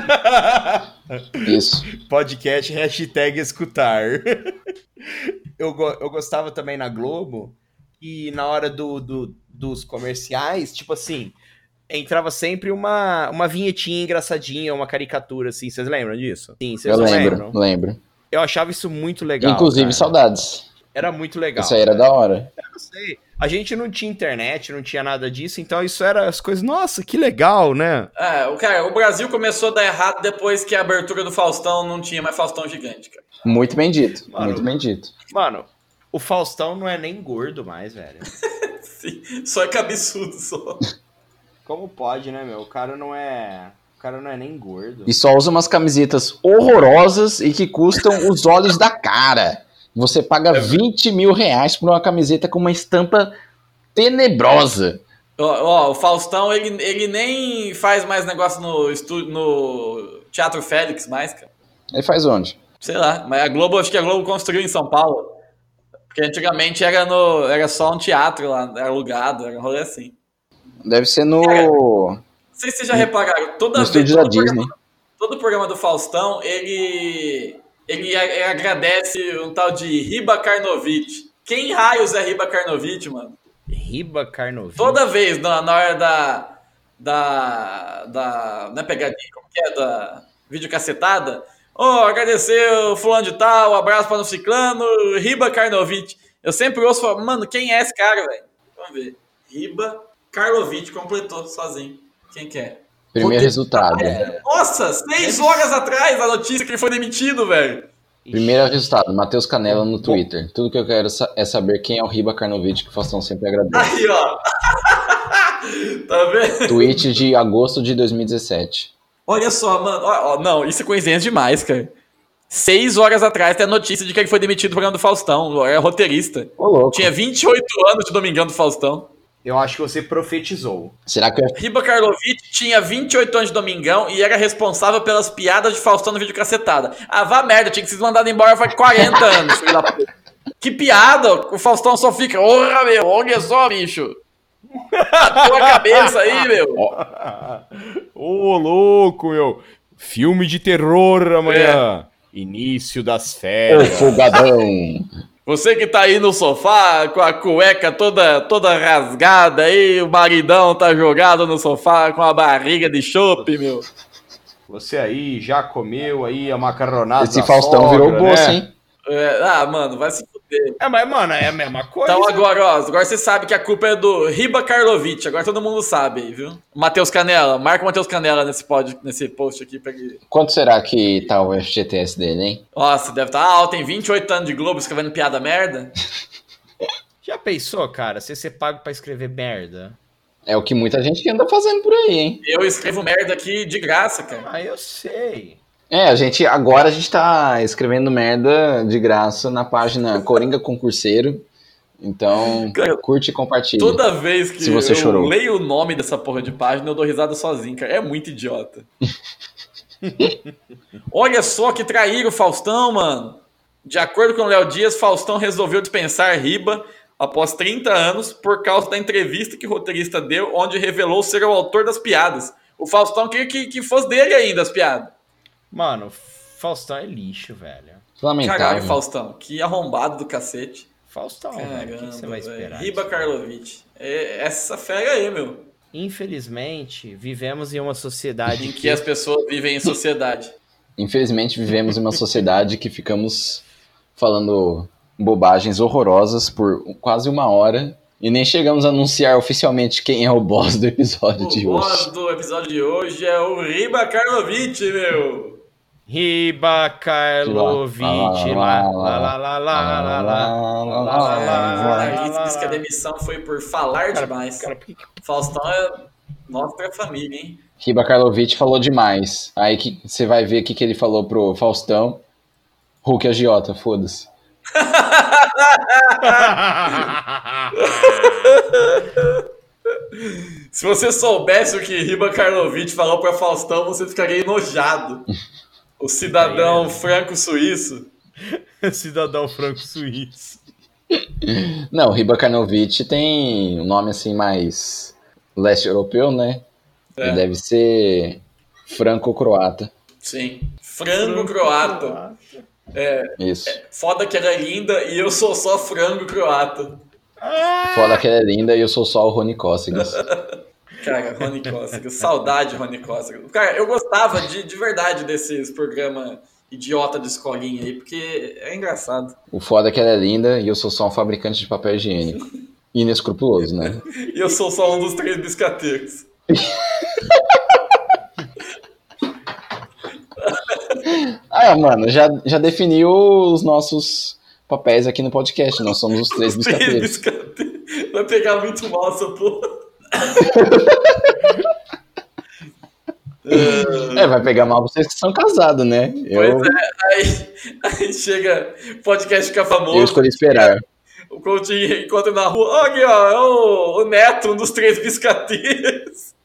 Isso. Podcast, hashtag escutar. Eu gostava também na Globo, e na hora dos comerciais, tipo assim, entrava sempre uma vinhetinha engraçadinha, uma caricatura, assim. Vocês lembram disso? Sim, vocês Eu não lembro, lembram? lembro. Eu achava isso muito legal. Inclusive, cara. saudades. Era muito legal. Isso aí era da hora. Eu não sei. A gente não tinha internet, não tinha nada disso, então isso era as coisas. Nossa, que legal, né? Cara, o Brasil começou a dar errado depois que a abertura do Faustão não tinha mais Faustão gigante, cara. Muito bem dito. Mano. Muito bem dito. Mano, o Faustão não é nem gordo mais, velho. Sim, só é cabeçudo, só. Como pode, né, meu? O cara não é nem gordo. E só usa umas camisetas horrorosas e que custam os olhos da cara. Você paga 20 mil reais por uma camiseta com uma estampa tenebrosa. Ó, o Faustão, ele nem faz mais negócio no Teatro Félix mais, cara. Ele faz onde? Sei lá, mas acho que a Globo construiu em São Paulo. Porque antigamente era só um teatro lá, era alugado, era um rolê assim. Deve ser no... Não sei se vocês já repararam, no estúdio da Disney. Todo programa do Faustão, ele agradece um tal de Riba Karnovich. Quem raios é Riba Karnovich, mano? Riba Karnovich. Toda vez, na hora da não é pegadinha, como que é? Da videocacetada. Agradecer o fulano de tal, abraço para o ciclano, Riba Karnovich. Eu sempre ouço e falo, mano, quem é esse cara, velho? Vamos ver. Riba Karlovich completou sozinho. Quem que é? Primeiro resultado. Nossa, 6 horas atrás a notícia que ele foi demitido, velho. Primeiro resultado, Matheus Canella no Twitter. Tudo que eu quero é saber quem é o Riba Karnovich, que o Faustão sempre agradece. Aí, ó. Tá vendo? Tweet de agosto de 2017. Olha só, mano. Não, isso é coincidência demais, cara. 6 horas atrás tem a notícia de que ele foi demitido do programa do Faustão. Era roteirista. Ô, louco. Tinha 28 anos de Domingão do Faustão. Eu acho que você profetizou. Será que Riba Karlovich tinha 28 anos de Domingão e era responsável pelas piadas de Faustão no vídeo cacetada. Ah, vá merda, tinha que ser mandado embora faz 40 anos, filho da puta. Que piada! O Faustão só fica, porra, meu, olha só, bicho. Bateu a cabeça aí, meu. Ô, louco, meu. Filme de terror amanhã. Início das o férias. folgadão? Você que tá aí no sofá, com a cueca toda rasgada aí, o maridão tá jogado no sofá com a barriga de chope, meu. Você aí já comeu aí a macarronada Esse da Faustão sogra, virou bolsa, né? hein? Mano, vai se fuder. Mas, mano, é a mesma coisa. Então agora você sabe que a culpa é do Riba Karlovich. Agora todo mundo sabe aí, viu? Matheus Canella. Marca o Matheus Canella nesse post aqui pra ele. Quanto será que tá o FGTS dele, hein? Nossa, deve estar alto. Tem 28 anos de Globo escrevendo piada merda. Já pensou, cara, você ser pago pra escrever merda? É o que muita gente anda fazendo por aí, hein? Eu escrevo merda aqui de graça, cara. Ah, eu sei. Agora a gente tá escrevendo merda de graça na página Coringa Concurseiro. Então, Cara, curte e compartilha. Toda vez que Se você eu chorou. leio o nome dessa porra de página, eu dou risada sozinho, cara. É muito idiota. Olha só que traíram o Faustão, mano. De acordo com o Léo Dias, Faustão resolveu dispensar Riba após 30 anos por causa da entrevista que o roteirista deu, onde revelou ser o autor das piadas. O Faustão queria que fosse dele ainda as piadas. Mano, Faustão é lixo, velho. Lamentável. Caralho, Faustão. Que arrombado do cacete. Faustão, velho. O que você vai Caramba, esperar? velho. Riba Karlovich. Essa fera aí, meu. Infelizmente, vivemos em uma sociedade Em que as pessoas vivem em sociedade. Infelizmente, vivemos em uma sociedade que ficamos falando bobagens horrorosas por quase uma hora e nem chegamos a anunciar oficialmente quem é o boss do episódio de O boss hoje. do episódio de hoje é o Riba Karlovich, meu. Riba Karlovich, lá, lá, lá, lá, lá, lá. Alice disse que a demissão foi por falar demais. Cara, por que Faustão é nossa família, hein? Riba Karlovich falou demais. Aí que você vai ver o que ele falou pro Faustão. Hulk agiota, foda-se. Se você soubesse o que Riba Karlovich falou pra Faustão, você ficaria enojado. O cidadão franco-suíço. Cidadão franco-suíço. Não, o Riba Karnovich tem um nome assim mais leste europeu, né? É. Ele deve ser franco-croata. Sim. Frango-croata. Isso. Foda que ela é linda e eu sou só frango-croata. Foda que ela é linda e eu sou só o Rony Cócegas. Cara, Rony Cócegas. Saudade, Rony Cócegas. Cara, eu gostava de verdade desses programas idiota de escolinha aí, porque é engraçado. O foda é que ela é linda e eu sou só um fabricante de papel higiênico. Inescrupuloso, né? E eu sou só um dos 3 biscateiros. Mano, já definiu os nossos papéis aqui no podcast. Nós somos os 3 biscateiros. Biscateiros. Vai pegar muito mal essa porra. Vai pegar mal vocês que são casados, né? Pois aí chega, o podcast fica famoso. Eu escolhi esperar. O Coutinho encontra na rua. Ó, aqui, ó, é o Neto, um dos 3 biscateiros.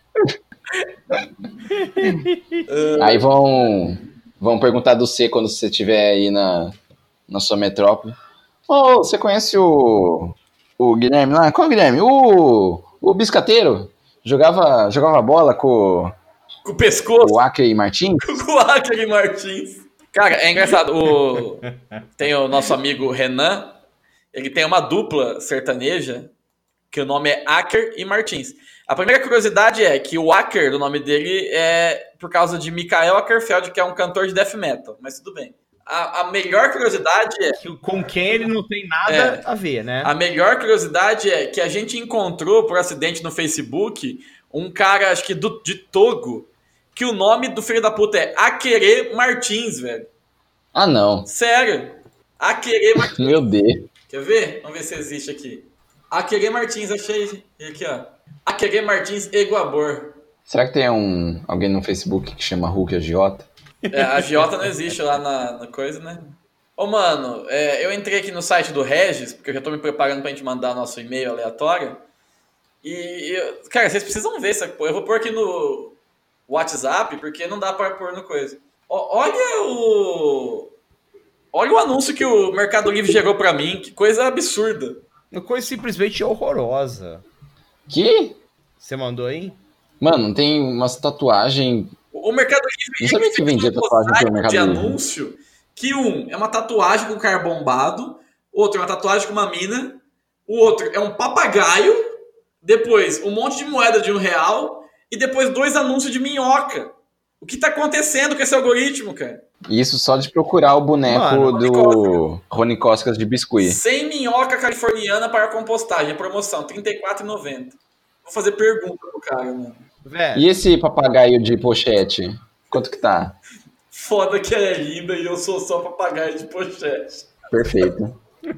Aí vão perguntar do C quando você estiver aí na sua metrópole. Você conhece o Guilherme lá? Qual é o Guilherme? O biscateiro? Jogava bola com o pescoço. O Acre Martins? Com o Acre Martins. Cara, é engraçado. Tem o nosso amigo Renan. Ele tem uma dupla sertaneja que o nome é Acker e Martins. A primeira curiosidade é que o Acker do nome dele é por causa de Mikael Ackerfeld, que é um cantor de death metal. Mas tudo bem. A melhor curiosidade é... Com quem ele não tem nada a ver, né? A melhor curiosidade é que a gente encontrou por acidente no Facebook um cara, acho que de Togo, que o nome do filho da puta é Akere Martins, velho. Ah, não. Sério. Akere Martins. Meu Deus. Quer ver? Vamos ver se existe aqui. Akere Martins, achei aqui, ó. Akere Martins Eguabor. Será que tem alguém no Facebook que chama Hulk Agiota? A agiota não existe lá na coisa, né? Ô, mano, eu entrei aqui no site do Regis, porque eu já tô me preparando pra gente mandar nosso e-mail aleatório. Cara, vocês precisam ver essa porra. Eu vou pôr aqui no WhatsApp, porque não dá pra pôr no coisa. Olha o anúncio que o Mercado Livre gerou pra mim. Que coisa absurda. Uma coisa simplesmente horrorosa. Que? Você mandou aí? Mano, tem umas tatuagens... O Mercado Livre... Não sabia que vendia tatuagem pelo Mercado Livre. Anúncio que é uma tatuagem com cara bombado, outro é uma tatuagem com uma mina, o outro é um papagaio, depois um monte de moeda de R$1 e depois 2 anúncios de minhoca. O que tá acontecendo com esse algoritmo, cara? Isso só de procurar o boneco do Rony Cócegas de biscuit. 100 minhoca californiana para compostagem, promoção, R$34,90. Vou fazer pergunta pro cara, mano. E esse papagaio de pochete? Quanto que tá? Foda que ela é linda e eu sou só papagaio de pochete. Perfeito.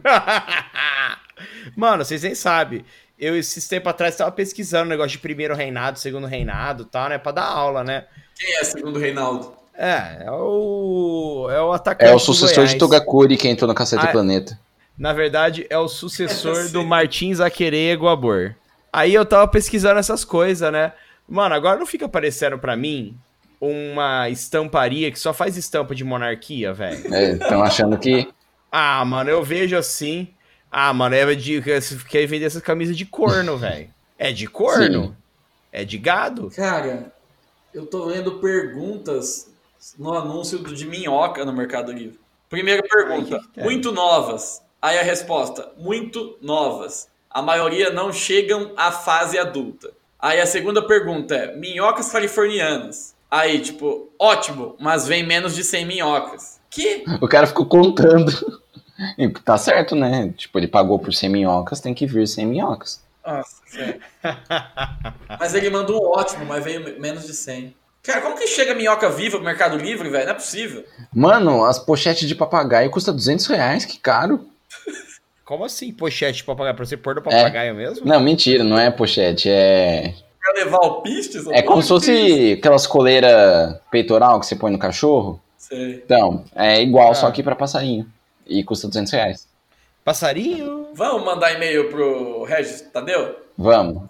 Mano, vocês nem sabem. Eu, esses tempos atrás, tava pesquisando o negócio de primeiro reinado, segundo reinado e tal, né? Pra dar aula, né? Quem é segundo Reinaldo? É o atacante. É o sucessor de Togakuri que entrou no Cacete Planeta. Na verdade, é o sucessor do Martins Akere Eguabor. Aí eu tava pesquisando essas coisas, né? Mano, agora não fica aparecendo pra mim uma estamparia que só faz estampa de monarquia, velho? Estão achando que... Ah, mano, eu vejo assim... Ah, mano, quer vender essas camisas de corno, velho. É de corno? Sim. É de gado? Cara, eu tô lendo perguntas no anúncio de minhoca no Mercado Livre. Primeira pergunta, muito novas. Aí a resposta, muito novas. A maioria não chegam à fase adulta. Aí a segunda pergunta é, minhocas californianas. Aí, tipo, ótimo, mas vem menos de 100 minhocas. Que? O cara ficou contando. E tá certo, né? Tipo, ele pagou por 100 minhocas, tem que vir 100 minhocas. Nossa, sério. Mas ele mandou um ótimo, mas veio menos de 100. Cara, como que chega minhoca viva no Mercado Livre, velho? Não é possível. Mano, as pochetes de papagaio custam R$200, que caro. Como assim, pochete de papagaio? Pra você pôr no papagaio mesmo? Não, mentira, não é pochete, é... Pra levar o pistes? É como se fosse aquelas coleiras peitoral que você põe no cachorro. Sei. Então, é igual, só que pra passarinho. E custa R$200. Passarinho? Vamos mandar e-mail pro Regis Tadeu? Vamos.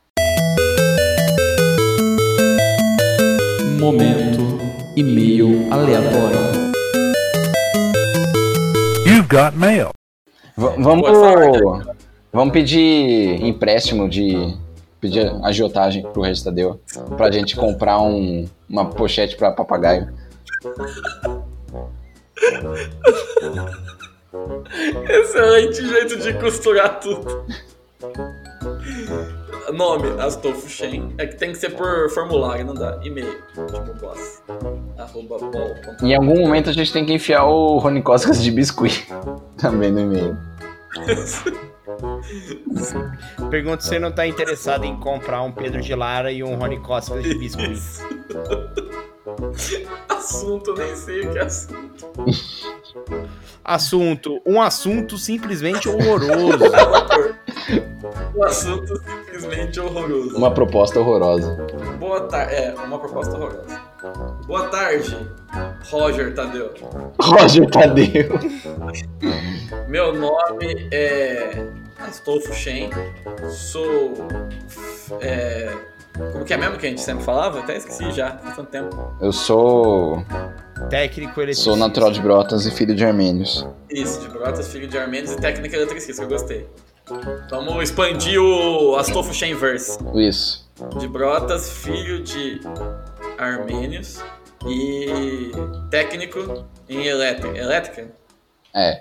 Momento e-mail aleatório. You've got mail. Vamos pedir empréstimo pedir agiotagem pro Regis Tadeu pra gente comprar uma pochete pra papagaio. Excelente jeito de costurar tudo. Nome, Astolfo Shen. É que tem que ser por formulário, não dá. E-mail, tipo boss. @bol.com. Em algum momento a gente tem que enfiar o Rony Cócegas de biscuit também no e-mail. Pergunta se você não tá interessado em comprar um Pedro de Lara e um Rony Cócegas de biscuit. Isso. Assunto, nem sei o que é assunto. Um assunto simplesmente horroroso. Um assunto simplesmente horroroso. Uma proposta horrorosa. Boa tarde. Uma proposta horrorosa. Boa tarde, Roger Tadeu. Roger Tadeu. Meu nome é Astolfo Shen. Sou. Como que é mesmo que a gente sempre falava? Até esqueci já, faz tanto tempo. Eu sou Técnico eletricista. Sou natural de Brotas e filho de armênios. Isso, de Brotas, filho de armênios e técnica eletricista, eu gostei. Vamos expandir o Astolfo Shenverse. Isso. De Brotas, filho de armênios e técnico em elétrica. Elétrica? É.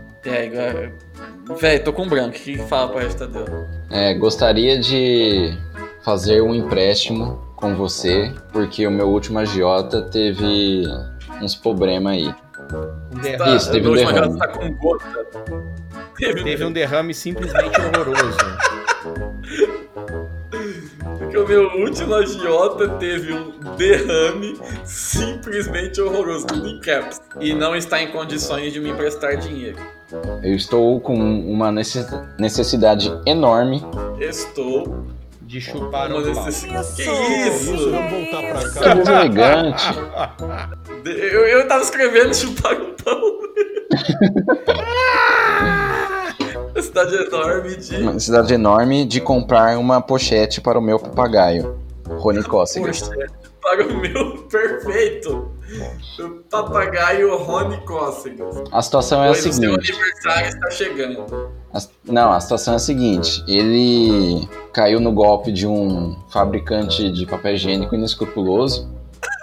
Véi, tô com branco. O que fala pra gente, Tadeu? Gostaria de fazer um empréstimo com você, porque o meu último agiota teve uns problemas aí. Isso, teve um derrame. Tá com gota. Teve um derrame simplesmente horroroso. Porque o meu último agiota teve um derrame simplesmente horroroso, tudo em caps. E não está em condições de me emprestar dinheiro. Eu estou com uma necessidade enorme. Estou de chupar uma um pau. necessidade. Que isso? Vamos voltar pra Que cá. deselegante. Eu tava escrevendo chupar um pau. Uma necessidade enorme de comprar uma pochete para o meu papagaio, Rony Cócegas. Pochete para o meu perfeito. O papagaio Rony Cócegas. A situação é a Pois o seu seguinte. aniversário está chegando. A situação é a seguinte. Ele caiu no golpe de um fabricante de papel higiênico inescrupuloso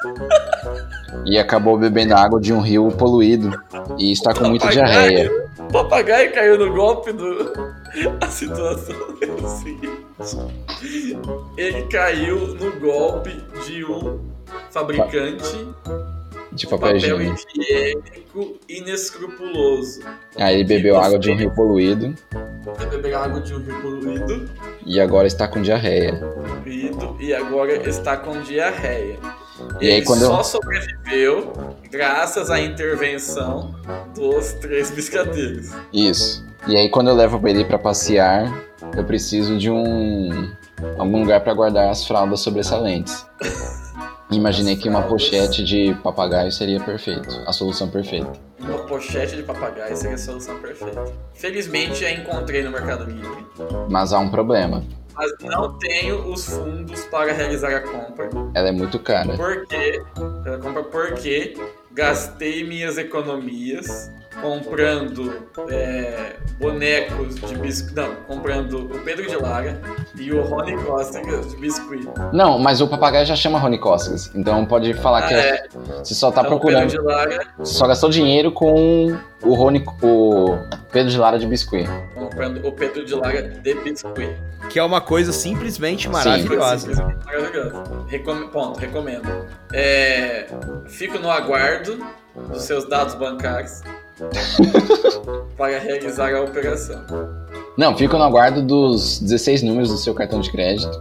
e acabou bebendo água de um rio poluído e está com muita diarreia. O papagaio caiu no golpe do... A situação é o seguinte. Ele caiu no golpe de um fabricante De de papel higiênico. higiênico inescrupuloso. Aí ele bebeu água de um rio poluído Ele bebeu água de um rio poluído e agora está com diarreia. e agora está com diarreia. E aí, Ele quando só sobreviveu graças à intervenção dos 3 biscateiros. Isso. E aí quando eu levo ele pra passear, eu preciso de algum lugar pra guardar as fraldas sobressalentes. Imaginei que uma pochete de papagaio seria perfeito, a solução perfeita. Uma pochete de papagaio seria a solução perfeita. Felizmente a encontrei no Mercado Livre, Mas há um problema. mas não tenho os fundos para realizar a compra. Ela é muito cara. Porque gastei minhas economias comprando bonecos de biscuit. Não, comprando o Pedro de Lara e o Rony Cócegas de biscuit. Não, mas o papagaio já chama Rony Cócegas. Então pode falar que você só tá Então, o procurando. Pedro de Lara, Você só gastou dinheiro com o Pedro de Lara de biscuit. comprando o Pedro de Lara de biscuit. Que é uma coisa simplesmente maravilhosa. Maravilhosa. Recomendo. Fico no aguardo dos seus dados bancários para realizar a operação. Não, fico no aguardo dos 16 números do seu cartão de crédito.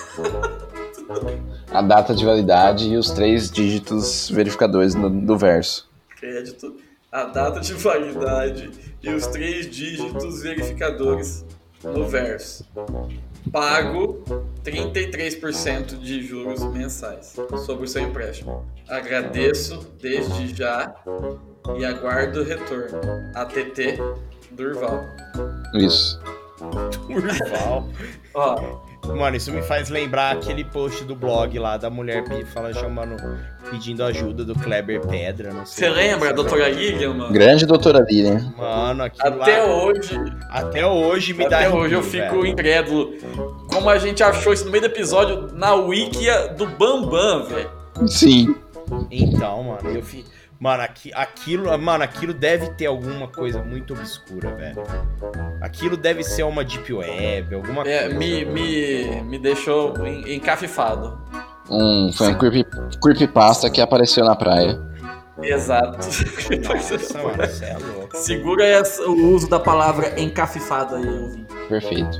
A data de validade e os 3 dígitos verificadores do verso. Crédito, a data de validade e os 3 dígitos verificadores no verso. Pago 33% de juros mensais sobre o seu empréstimo. Agradeço desde já e aguardo o retorno. ATT Durval. Isso. Durval. Ó, Mano, isso me faz lembrar aquele post do blog lá da mulher pedindo ajuda do Kleber Pedra. Não sei. você lembra, doutora Lilian, mano? Grande doutora Lilian. Mano, aquilo Até lá, hoje, até hoje me dá até hoje eu arrepio, fico velho. incrédulo. Como a gente achou isso no meio do episódio na Wikia do Bambam, velho. Sim. Então, mano, eu fiz. Mano, aquilo deve ter alguma coisa muito obscura, velho. Aquilo deve ser uma deep web, alguma coisa. Me deixou encafifado. Foi um creepypasta que apareceu na praia. Exato. Nossa, mano, você é louco. Segura o uso da palavra encafifado aí, ouvinte. Perfeito.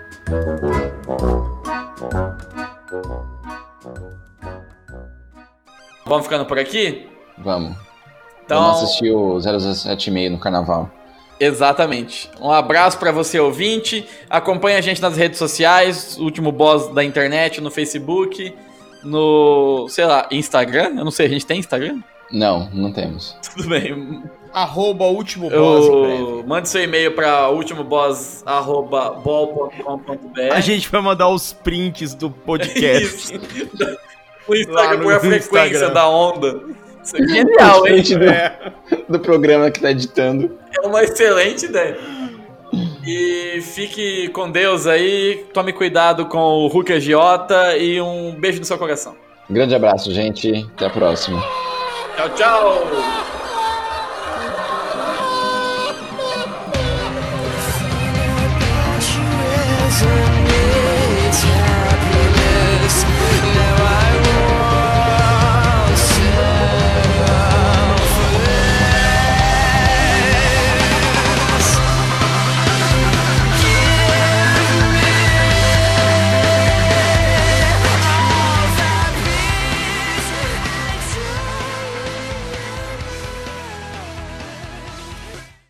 Vamos ficando por aqui? Vamos. Então, Vamos assistir o 007,5 no carnaval. Exatamente. Um abraço pra você, ouvinte. Acompanhe a gente nas redes sociais, o Último Boss da internet, no Facebook, no, sei lá, Instagram? Eu não sei, a gente tem Instagram? Não temos. Tudo bem. @último boss em breve. Mande seu e-mail pra ultimoboss@bol.com.br. A gente vai mandar os prints do podcast. O Instagram no por a frequência Instagram. da onda. Isso é genial, hein? Do programa que tá editando. É uma excelente ideia. E fique com Deus aí. Tome cuidado com o Hulk agiota e um beijo no seu coração. Grande abraço, gente. Até a próxima. Tchau, tchau!